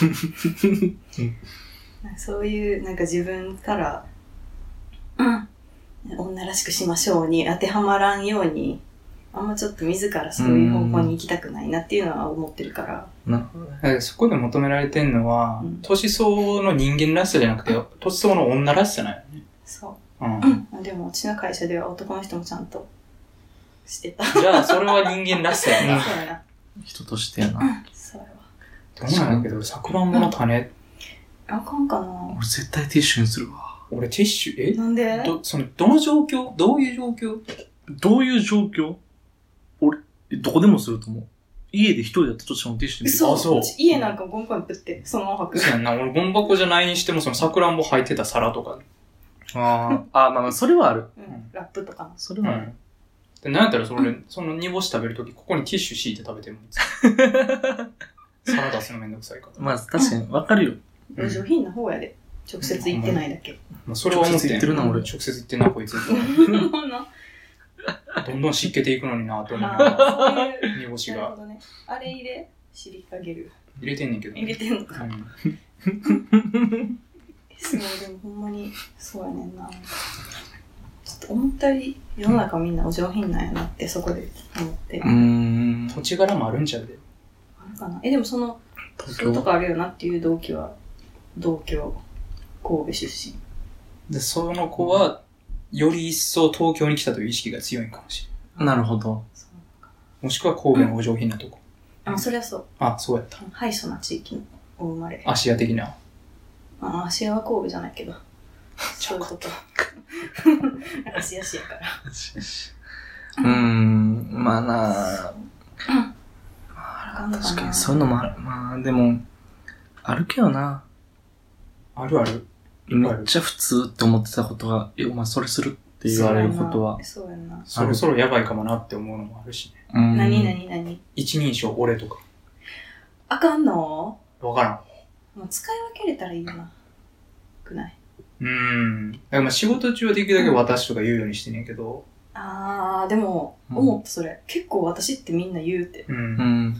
なんかそういう、なんか自分から、うん、女らしくしましょうに当てはまらんように、あんまちょっと自らそういう方向に行きたくないなっていうのは思ってるから。 なるほどね。 そこで求められてんのは、うん、年相の人間らしさじゃなくて、年相の女らしさなんよね。 そう。うん。うん、でも、うちの会社では男の人もちゃんとしてた。 じゃあ、それは人間らしさやな。 そうやな。 人としてやな。 うん、そうやわ。 どうなんだけど、さくらんぼの種、うん、 あかんかな。 俺絶対ティッシュにするわ。 俺ティッシュ、えなんでど、その、どの状況どういう状況どういう状況俺、どこでもすると思う。家で一人だったとしてもティッシュにする。そうそう。家なんかゴンパンプって、そのまま吐く。 そうやんな。俺ゴン箱じゃないにしても、そのさくらんぼ入ってた皿とか。 ああ。ああ、まあまあ、それはある。 うん。ラップとかの。 それはある。うん、 で、なんやったらそれ、うん、その煮干し食べるとき、ここにティッシュ敷いて食べてるもん。 皿出すのめんどくさいから。 まあ確かに、わかるよ。 お上品な方やで。直接言ってないだけ。 まあ、それは思って直接言ってるな、俺。 直接言ってんな、こいつ。どんどん湿気ていくのになと思う。煮干しが。 なるほどね。あれ入れ、シリカゲル。 入れてんねんけど、 入れてんのか。うん、そう、でもほんまに、そうやねんな。ちょっと思ったより世の中みんなお上品なんやなって、そこで思って。 うーん。 土地柄もあるんちゃうで。 あるかな。え、でもその、そういうとこあるよなっていう同期は、同郷、神戸出身。 で、その子は、より一層東京に来たという意識が強いんかもしれない。なるほど。 もしくは神戸のお上品なとこ。 うん、あ、そりゃそう。 あ、そうやった。 ハイソな地域のお生まれ。 芦屋的な。 あ、芦屋は神戸じゃないけど。そういうこと。芦屋市やから。 うーん、まあなあ、うん、まあ、確かにそういうのもある。まあでも、あるけどな。 あるある。 めっちゃ普通って思ってたことが、え、お前それするって言われることは。 そうやな。 そろそろやばいかもなって思うのもあるしね。 うん。何何何一人称俺とか。 あかんのわからん。 もう使い分けれたらいいよな。くない。 うーん。だからまあ仕事中はできるだけ私とか言うようにしてんねんけど。 うん、あー、でも、思ったそれ、うん。結構私ってみんな言うて。 うん。うん、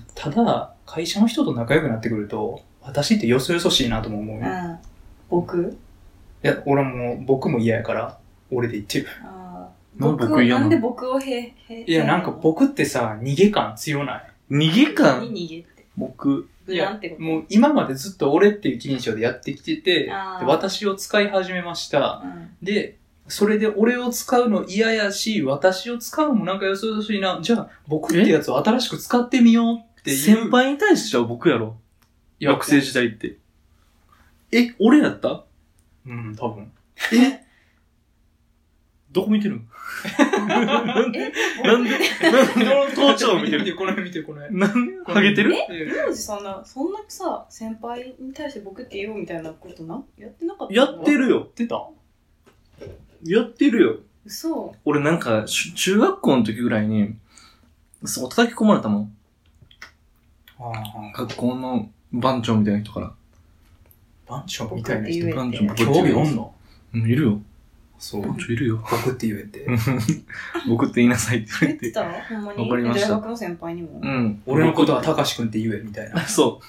ただ、会社の人と仲良くなってくると、私ってよそよそしいなとも思うよ。うん。 僕いや、俺も、僕も嫌やから、俺で言ってる。 あ僕僕なんで僕をへ、へ、 いや、なんか僕ってさ、逃げ感強ない？ 逃げ感？ 逃げって。 僕。 いや、 もう今までずっと俺っていう一人称でやってきてて、で私を使い始めました、うん。で、それで俺を使うの嫌やし、私を使うのもなんかよそよそしいな。じゃあ、僕ってやつを新しく使ってみようっていう。 先輩に対しては僕やろ。学生時代って。え、俺やった？ うん、多分。 えどこ見てるのなんでなんで頭頂見てる見てる、この辺見てる、この辺。 なんでハゲてる？ え、当時そんな、そんなさ、先輩に対して僕って言おうみたいなことな、やってなかったやってるよ。やってたやってるよ。 嘘。 俺なんか、中学校の時ぐらいに、そう、叩き込まれたもん。ああ。学校の番長みたいな人から。 番長みたいな人。 番長、興味おんの？ うん、いるよ。 そう。 番長いるよ。 僕って言えて。 僕って言いなさいって言われて。 言ってた？ほんまに？ わかりました。 大学の先輩にも。 うん。 俺のことは高志くんって言え、みたいな。 そう。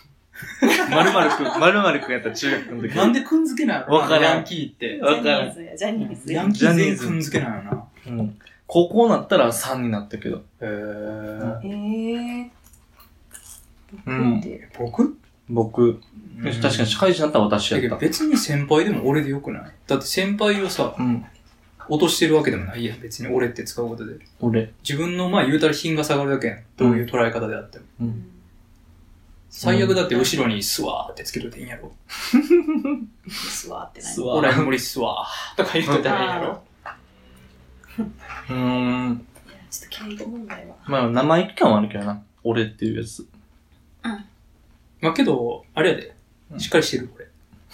まるまるくん、まるまるくんやった中学の時。 なんでくん付けなの？ わからん。 ヤンキーって。 わからん。ジャニーズ。 ヤンキー全員くん付けなのな。 うん。高校になったらさんになったけど。 へー。 へー。 うん。 僕？ 僕。確かに社会人だったら私やった。 別に先輩でも俺でよくない？だって先輩をさ、うん、落としてるわけでもないやん。別に俺って使うことで。 俺。 自分のまあ言うたら品が下がるだけやん。どういう捉え方であっても。うん、最悪だって後ろにスワーってつけといていいんやろ。 スワーって何？ スワー。俺無理スワーとか言っといたらいいんやろ。 うーん。 ちょっと敬語問題は。 まあ生意気感はあるけどな。俺っていうやつ。 うん。 まあけど、あれやで。しっかりしてる、これ。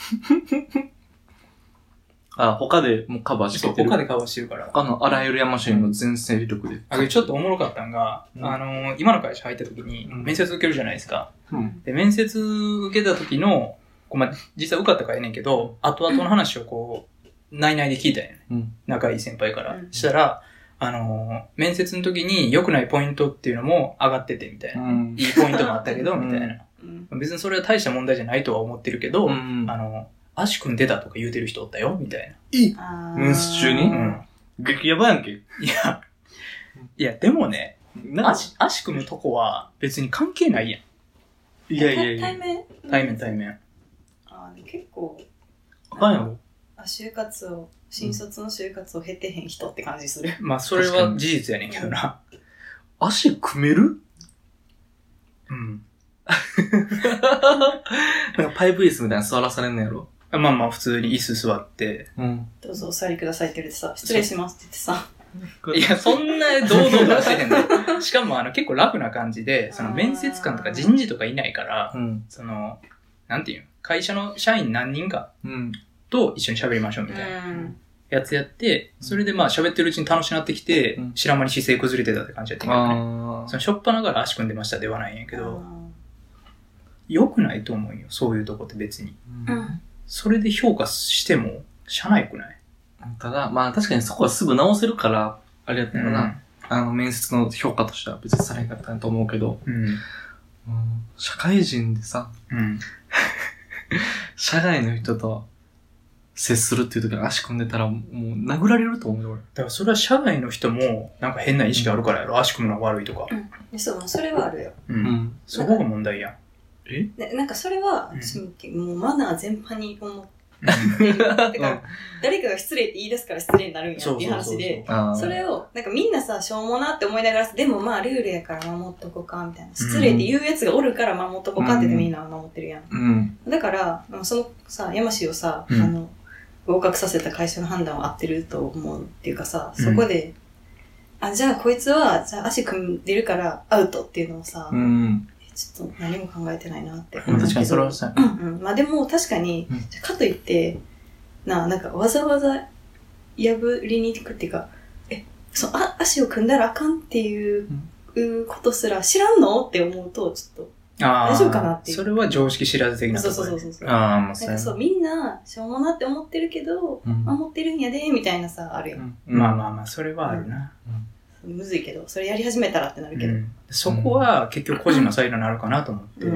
あ、他でもうカバーしてる。 そう、他でカバーしてるから。 他のあらゆる山シェイの全整理力で。 あ、ちょっとおもろかったんが、うん、あのー、今の会社入った時に、面接受けるじゃないですか。うん、で、面接受けた時の、こうまあ、実際受かったからやねんけど、後々の話をこう、内々で聞いたんやね、うん。仲いい先輩から。うん、したら、あのー、面接の時に良くないポイントっていうのも上がってて、みたいな。うん、いいポイントもあったけど、みたいな。うん、別にそれは大した問題じゃないとは思ってるけど、うん、あの、足組んでたとか言うてる人おったよ、みたいな。え面接中に、うん、激ヤバやんけ。いや、いや、でもね、足、足組むとこは別に関係ないやん。 いやいやいや。 対面対面対面。 ああ、結構。 あかんやろ。 あ、就活を、新卒の就活を経てへん人って感じする。 まあ、それは事実やねんけどな。 足組める？ うん。 なんかパイプ椅子みたいな座らされんのやろ。 まあまあ普通に椅子座って。 うん。どうぞお座りくださいって言われてさ、失礼しますって言ってさ。 いや、そんな堂々とはしてへんの。しかもあの結構ラフな感じで、その面接官とか人事とかいないから、うん、その、なんていうの会社の社員何人かと一緒に喋りましょうみたいなやつやって、それでまあ喋ってるうちに楽しくなってきて、うん、知らん間に姿勢崩れてたって感じやったけどね。そのしょっぱなから足組んでましたではないんやけど、 良くないと思うよ。そういうとこって別に。 うん。 それで評価しても、しゃないくない？ ただ、まあ確かにそこはすぐ直せるから、あれやったよな。うん、あの、面接の評価としては別にされへんかったと思うけど、 うん、 社会人でさ、 うん、 社外の人と接するっていう時に足組んでたら、もう殴られると思うよ、俺。 だからそれは社外の人も、なんか変な意識あるからやろ、うん、足組むのが悪いとか。 うん。そう、それはあるよ。 うん。うん、そこが問題やん。 えな, なんかそれは、私ももうマナー全般に思ってる。てか、誰かが失礼って言い出すから失礼になるんやっていう話で、それを、なんかみんなさ、しょうもなって思いながら、でもまあルールやから守っとこうか、みたいな。失礼って言うやつがおるから守っとこうかって言ってみんな守ってるやん。 うん、 だから、そのさ、山氏をさ、うん、あの、合格させた会社の判断は合ってると思うっていうかさ、そこで、うん、あ、じゃあこいつは、じゃあ足組んでるからアウトっていうのをさ、 うんちょっと何も考えてないなって思う。確かにそれはさ、 うんうん。まあでも確かに、うん、かといって、なあ、なんかわざわざ破りに行くっていうか、え、そう、あ、足を組んだらあかんっていうことすら知らんのって思うと、ちょっと、大丈夫かなっていう。 それは常識知らず的なところ。 そうそうそうそう。 ああ、もうそう。なんかそう、みんな、しょうもなって思ってるけど、うん、守ってるんやで、みたいなさ、あるやん。 うん、まあまあまあ、それはあるな。 うんむずいけど、それやり始めたらってなるけど。うん、 そこは結局個人の裁量になるかなと思って、うん、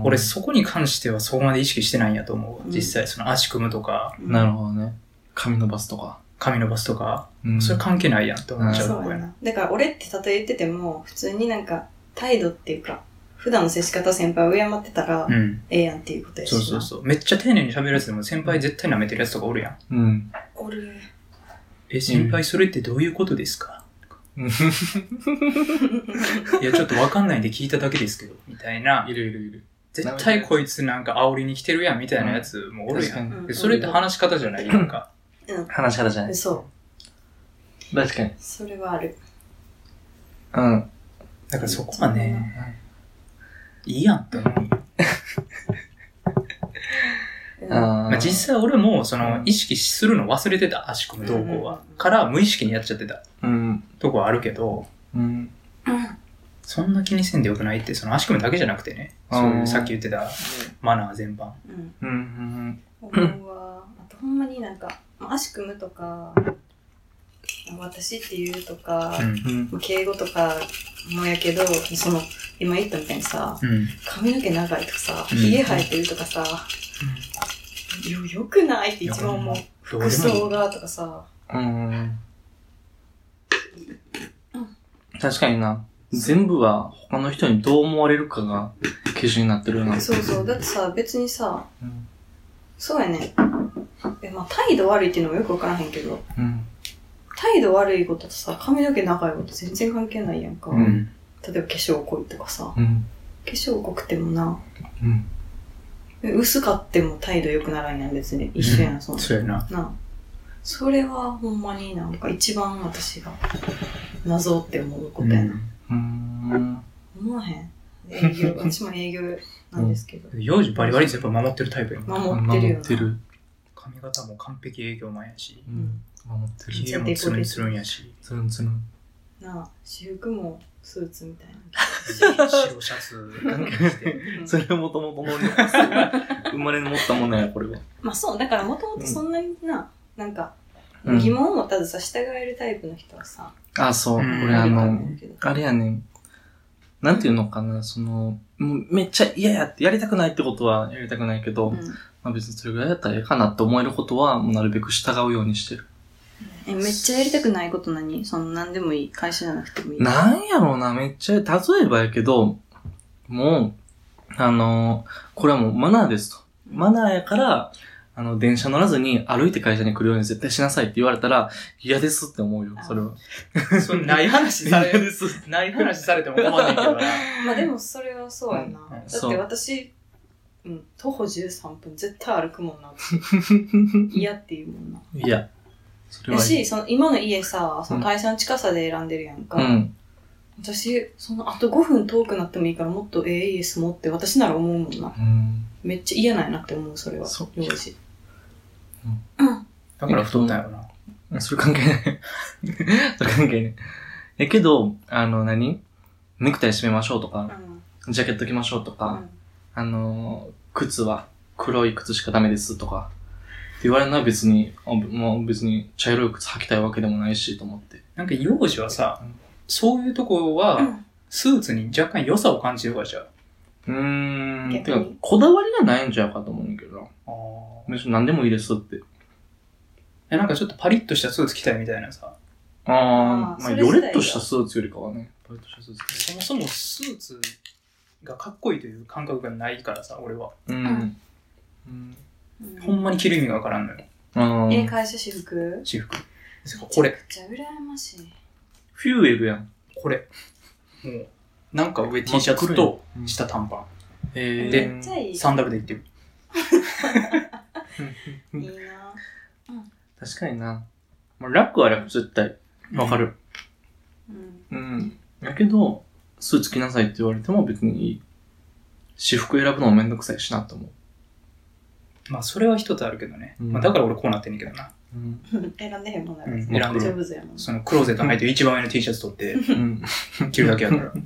俺そこに関してはそこまで意識してないんやと思う。うん、実際その足組むとか。 なるほどね。髪伸ばすとか。 髪伸ばすとか。うん、それ関係ないやんって思っちゃうとこやな。 だから俺って例え言ってても、普通になんか態度っていうか、普段の接し方先輩を敬ってたら、うん、ええやんっていうことやし。 そうそうそう。めっちゃ丁寧に喋るやつでも先輩絶対舐めてるやつとかおるやん。うん。 おる。 え、先輩それってどういうことですか？いや、ちょっとわかんないんで聞いただけですけど、みたいな。 いるいるいる。 絶対こいつなんか煽りに来てるやん、みたいなやつもおるやん。うん、それって話し方じゃないやんか。 うん。 話し方じゃない。 そう。 確かに。 それはある。 うん。 だからそこはね、いいやんって思うよ。まあ、実際俺もその意識するの忘れてた、足組む動向は、うん、から無意識にやっちゃってた、 うん、 とこはあるけど、 うん、 そんな気にせんでよくないって、その足組むだけじゃなくてね、そういうさっき言ってたマナー全般。 うん。うん。はあとほんまになんか足組むとか、私って言うとか、うん、敬語とかもやけど、その今言ったみたいにさ、うん、髪の毛長いとかさ、髭生えてるとかさ。うん、よ、よくないって一番思う。服装がとかさ。 うん。確かにな。全部は他の人にどう思われるかが基準になってるよな。 そうそう。だってさ、別にさ、うん、そうやね。え、まあ、態度悪いっていうのもよくわからへんけど、 うん、 態度悪いこととさ、髪の毛長いこと全然関係ないやんか。うん、例えば化粧濃いとかさ、 うん、 化粧濃くてもな、 うん薄かっても態度良くならんやん、別に。一緒やな、そんな。 そうやな。 な。それはほんまになんか一番私が謎って思うことやな。 うん。 思わへん。営業、私も営業なんですけど。 幼児バリバリやっぱ守ってるタイプやもん。守ってるよな。 守ってる。 髪型も完璧営業マンやし。 うん。守ってる。 髭もツルンツルンやし。 ツルンツルン。 なあ、私服もスーツみたいな。白シャツ着て。 それはもともとの生まれ持ったものや、これは。 まあそう、だからもともとそんなにな、うん、なんか、疑問を持たずさ、従えるタイプの人はさ。 あ、そう。俺、うん、あの、あれやねん。なんていうのかな、その、もうめっちゃ嫌やって、やりたくないってことはやりたくないけど、うん、まあ別にそれぐらいやったらええかなって思えることは、もうなるべく従うようにしてる。 え、めっちゃやりたくないこと何？その何でもいい。会社じゃなくてもいい。 なんやろうな、めっちゃ、例えばやけど、もう、あの、これはもうマナーですと。マナーやから、あの、電車乗らずに歩いて会社に来るように絶対しなさいって言われたら、嫌ですって思うよ、それは。 それない話される。ない話されても困んないけどな。 まあでもそれはそうやな。うん、だって私、うん、徒歩じゅうさんぷん絶対歩くもんな。嫌って言うもんな。 いや。 それはいい。し、その今の家さ、その会社の近さで選んでるやんか。 うん。 私、そのあとごふん遠くなってもいいからもっとええ家住もうって私なら思うもんな。 うん。 めっちゃ嫌なんやなって思う、それは。 そう。 幼児。 うん。だから太ったよな。それ関係ない。それ関係ない。え、けど、あの何、ネクタイ締めましょうとか、うん、ジャケット着ましょうとか、うん、 あの、靴は黒い靴しかダメですとか、って言われるのは別に、もう別に茶色い靴履きたいわけでもないしと思って。 なんか幼児はさ、うん、そういうとこは、スーツに若干良さを感じるからじゃん。 うーん。てか、こだわりがないんちゃうかと思うんだけどな。ああ。別に何でもいいですって。 え、なんかちょっとパリッとしたスーツ着たいみたいなさ。 ああ、まあ、ヨレッとしたスーツよりかはね。パリッとしたスーツ。 そもそもスーツがかっこいいという感覚がないからさ、俺は。うん。うんうん、ほんまに着る意味がわからんのよ。 うん、え、会社私服私服。これ。めっちゃ羨ましい。 フューエルやん。 これ。もう、なんか上 T シャツと下短パン。えー、で、めっちゃいいサンダルで行ってる。 いいな、 うん、確かにな。まあ、楽は楽絶対。わかる。うん。うん。やけど、スーツ着なさいって言われても別にいい。私服選ぶのもめんどくさいしなと思う。 まあ、それは一つあるけどね。うん、まあ、だから俺こうなってんねんけどな。 うん、選んでへんもんなら、うん、 選んでる。そのクローゼットに入ってる一番上の T シャツ取って、うん、着るだけやから。うん。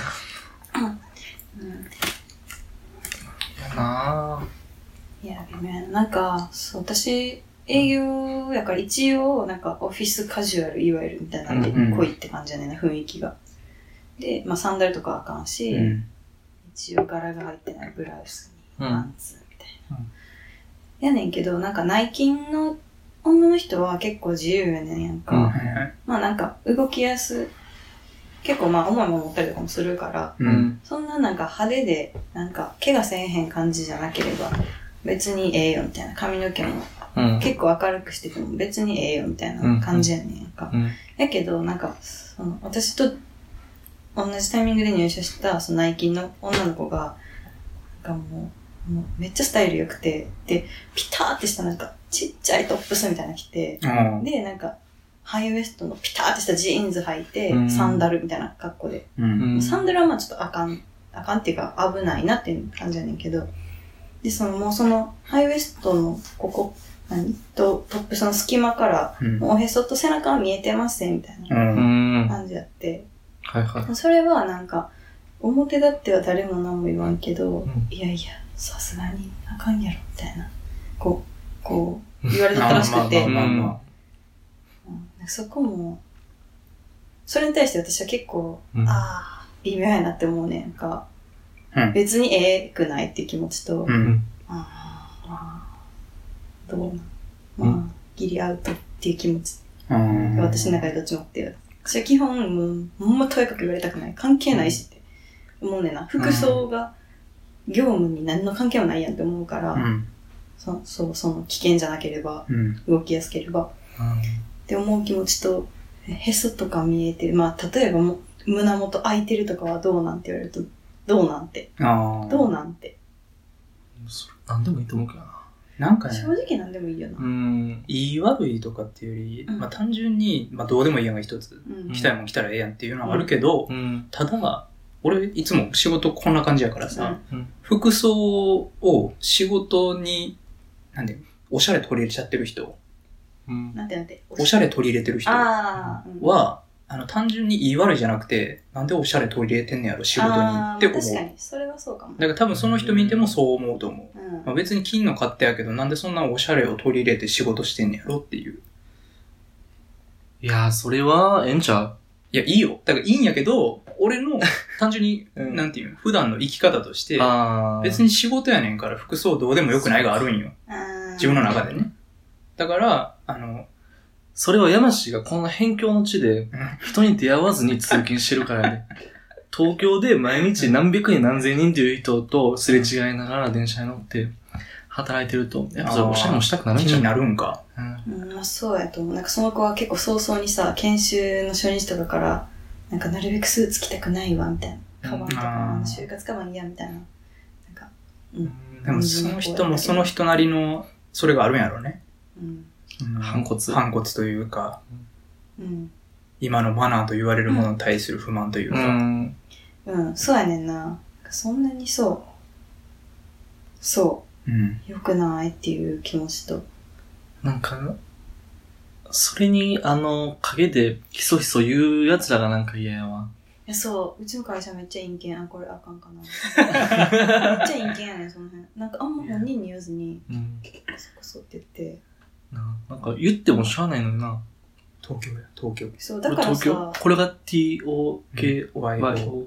やなぁ。いや、微妙やな。なんか、そう、私、営業やから一応、なんかオフィスカジュアル、いわゆるみたいなんで、濃いって感じやねんな、雰囲気が。で、まあサンダルとかあかんし、うん、一応柄が入ってないブラウスにパンツみたいな。うん、やねんけど、なんか内勤の女の人は結構自由やねんやんか。うん、まあなんか動きやす、結構まあ重いもの持ったりとかもするから、うん、そんななんか派手で、なんか怪我せえへん感じじゃなければ、別にええよみたいな。髪の毛も、うん、結構明るくしてても別にええよみたいな感じやねんやんか。うんうん、やけど、なんか、その私と同じタイミングで入社したその内勤の女の子が、なんかもう、もうめっちゃスタイル良くて、で、ピターってしたなんかちっちゃいトップスみたいなの着て、うん、で、なんか、ハイウエストのピターってしたジーンズ履いて、うん、サンダルみたいな格好で、うん。サンダルはまあちょっとあかん、あかんっていうか危ないなっていう感じやねんけど、で、そのもうそのハイウエストのここ、何とトップスの隙間から、うん、おへそと背中は見えてませんみたいな感じやって、はいはい、それはなんか、表立っては誰も何も言わんけど、うん、いやいや、さすがにあかんやろ、みたいな、こう、こう、言われてたらしくて、そこも、それに対して私は結構、うん、ああ、微妙やなって思うねんか、うん、別にええくないっていう気持ちと、うん、ああ、どうなん、まあ、うん、ギリアウトっていう気持ちが私の中でどっちもあって、私は基本、もう、ほんまとやかく言われたくない。関係ないしって思うねんな。服装が業務に何の関係もないやんって思うから、うん、そそう、その危険じゃなければ、うん、動きやすければ、うん、って思う気持ちと、へそとか見えてる。まあ、例えばも胸元開いてるとかはどうなんて言われると、どうなんて。あどうなんて。 それ、なんでもいいと思うけどな。 なんかね。 正直なんでもいいよな。 うん。いい悪いとかっていうより、うん、まあ単純に、まあどうでもいいやんが一つ。うん、来たいもん来たらええやんっていうのはあるけど、うん、ただ、俺いつも仕事こんな感じやからさ、うん、服装を仕事に、なんで、おしゃれ取り入れちゃってる人。 うん、なんてなんて。 おしゃれ取り入れてる人は、あの、単純に言い悪いじゃなくて、なんでおしゃれ取り入れてんねやろ、仕事にって思う。 確かに。それはそうかも。 だから多分その人見てもそう思うと思う。うんまあ、別に金の勝手やけど、なんでそんなおしゃれを取り入れて仕事してんねやろっていう。 いやー、それは、ええんちゃう？ いや、いいよ。だからいいんやけど、俺の単純に、うん、なんていうの、普段の生き方として、別に仕事やねんから服装どうでもよくないがあるんよ。自分の中でね。だから、あの、 それは山氏がこんな辺境の地で人に出会わずに通勤してるからね。東京で毎日何百人何千人という人とすれ違いながら電車に乗って働いてると、やっぱそれおしゃれもしたくなるんじゃん。 気になるんか。 うん、うん、まあそうやと思う。なんかその子は結構早々にさ、研修の初日とかから、なんかなるべくスーツ着たくないわ、みたいな。カバンとか、就活カバン嫌みたいな。なんか、 うん。でもその人もその人なりの、それがあるんやろうね。うん。 反骨反骨というか、うん、今のマナーと言われるものに対する不満というか、うん、 うん、そうやねんな。そんなにそう、そう、うん、良くないっていう気持ちと、 なんかそれにあの陰でひそひそ言う奴らがなんか嫌やわ。 や、そう。うちの会社めっちゃ陰険。あ、これあかんかな。めっちゃ陰険やねん、その辺。なんかあんま本人に言わずに、うん、こそこそって言って。 な, なんか言ってもしゃあないのにな。 東京や、東京。 そう、だからさ。東京これが ティーオーケーワイオー。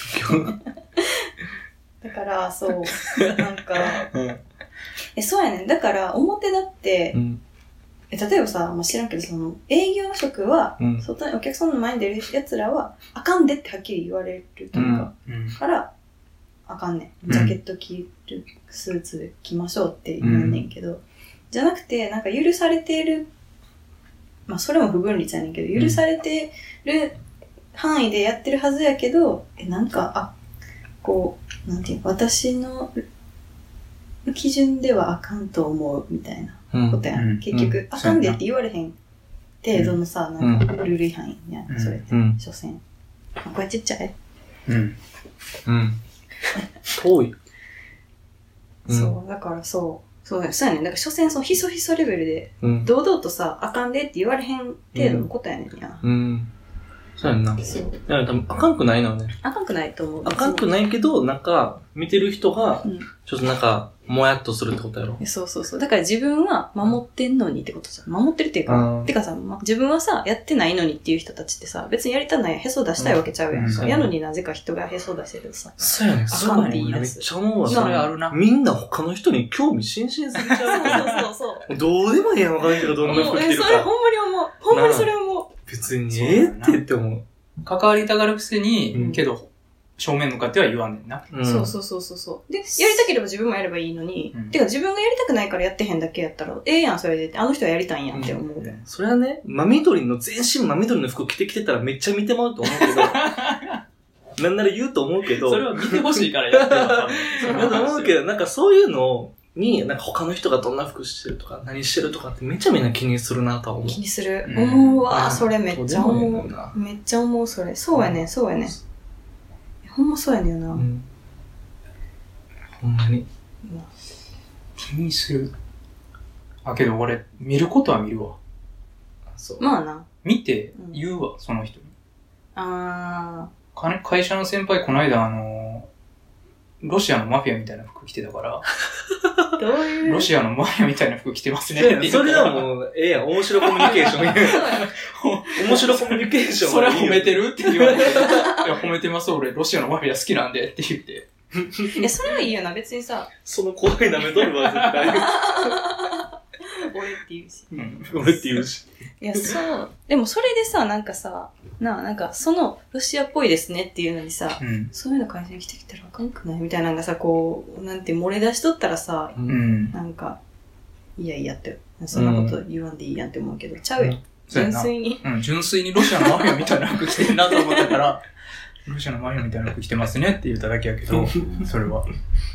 だから、そう。なんか、うん、え、そうやねん。だから、表だって、うん、え例えばさ、まあ、知らんけど、その、営業職は、うん、外にお客さんの前に出る奴らは、あかんでってはっきり言われるとか、うん、から、あかんねん。ジャケット着る、スーツ着ましょうって言うねんけど、うん、じゃなくて、なんか許されてる、まあ、それも不分率やねんけど、許されてる範囲でやってるはずやけど、え、なんか、あ、こう、なんていう、私の基準ではあかんと思うみたいなことやん。うん、結局、うん、あかんでって言われへん程度のさ、なんかルール違反やん、それって、うん、所詮。あ、これちっちゃいうん。うん。遠い。 そう、だからそう。そうや、そうやねん。だから所詮そのひそひそレベルで、堂々とさ、あかんでって言われへん程度のことやねんや。 うん。うんそうやんな。そう。だから多分あかんくないのね。 あかんくないと思う。 あかんくないけど、なんか、見てる人が、ちょっとなんか、もやっとするってことやろ。 うん、そうそうそう。だから自分は守ってんのにってことじゃん。守ってるっていうか、てかさ、ま、自分はさ、やってないのにっていう人たちってさ、別にやりたないへそ出したいわけちゃうやん。うん、やのになぜか人がへそ出してるさ。 そうやねん。 あかんって言い出す。 めっちゃ思うわ。それあるな。みんな他の人に興味津々すぎちゃう。 そうそうそう。 どうでもいいやん、他の人がどんな服着てるか。 それほんまに思う。ほんまにそれ思う。 別にええってって思う。 関わりたがるくせに、うん、けど、正面向かっては言わんねんな、 うん。そうそうそうそう。で、やりたければ自分もやればいいのに、うん、てか自分がやりたくないからやってへんだけやったら、ええやん、それでって、あの人はやりたいんやって思う。うん、 それはね、真緑の、全身真緑の服着てきてたらめっちゃ見てまうと思うけど、なんなら言うと思うけど。 それは見てほしいからやってるわ。 そう思うけど、なんかそういうのに、なんか他の人がどんな服してるとか、何してるとかってめっちゃみんな気にするなとは思う。 気にする。うん、思うわ、それめっちゃ思う。めっちゃ思う、それ。そうやねん、そうやねん。ほんまそうやねんな。うん、 ほんまに。 気にする。あ、けど俺、見ることは見るわ。 そう。まあな。 見て言うわ、うん、その人に。 あー。会社の先輩、この間、あの、ロシアのマフィアみたいな服着てたから、 どういうロシアのマフィアみたいな服着てますねって言うから。 それはもう、ええやん、面白コミュニケーション。面白コミュニケーション。 それ褒めてるって言われて、いや、褒めてます、俺、ロシアのマフィア好きなんでって言って。 いや、それはいいよな、別にさ。 その怖い舐めとるわ、絶対。 俺って言うし。 うん、俺って言うし。 いや、そう。でもそれでさ、なんかさ、なあ、なんか、その、ロシアっぽいですねっていうのにさ、うん、そういうの会社に来てきたらあかんくないみたいなのがさ、こう、なんて漏れ出しとったらさ、うん、なんか、いやいやって、そんなこと言わんでいいやんって思うけど、ちゃうやん。うん、純粋に。 うん、純粋にロシアのマフィアみたいな服着てるなと思ったから、ロシアのマフィアみたいな服着てますねって言っただけやけど、それは。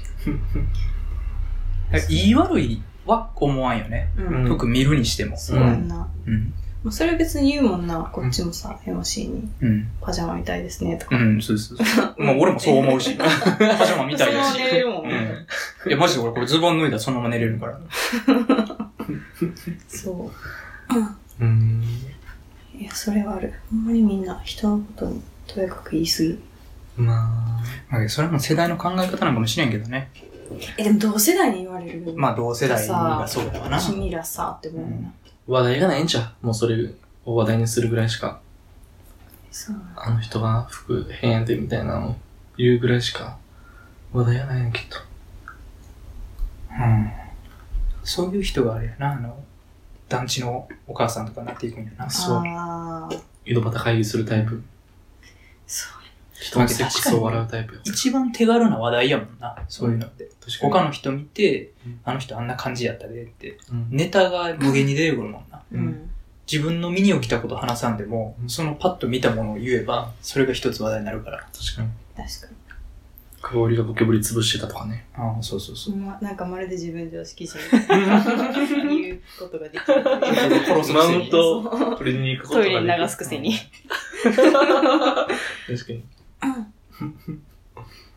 言い悪いは思わんよね。うん、服見るにしても。 そうやんな。うん。まあ、それ別に言うもんな、こっちもさ、ヘマシーに。うん。パジャマみたいですね、とか。 うん、そうそうそう。まあ、俺もそう思うし。パジャマみたいだし。 そのまま寝れるもんね。 うん。いや、マジで俺これズボン脱いだらそのまま寝れるから。 そう。うん。いや、それはある。ほんまにみんな人のことにとやかく言い過ぎ。 まあ。それはもう世代の考え方なんかもしれんけどね。 え、でも同世代に言われる。 まあ同世代がそうだわな。 君らさ、って思うな、うん。 話題がないんじゃ。もうそれを話題にするぐらいしか。そうあの人が服変やでみたいなのを言うぐらいしか話題がないんきっと。 うん。そういう人があれやな、あの、団地のお母さんとかになっていくんやな。 そう。 井戸端会議するタイプ。 そう。 人のセックスを笑うタイプや。 一番手軽な話題やもんな、そういうのって。うん、他の人見て、うん、あの人あんな感じやったでって、うん、ネタが無限に出てくるもんな。うん、自分の身に起きたこと話さんでも、うん、そのパッと見たものを言えば、それが一つ話題になるから。 確かに。 確かに。 香りがゴキブリ潰してたとかね。 ああ、そうそうそう。 ま、なんかまるで自分常識人言うことができる。 殺すマウント取りに行くことができる。 トイレに流すくせに。 確かに。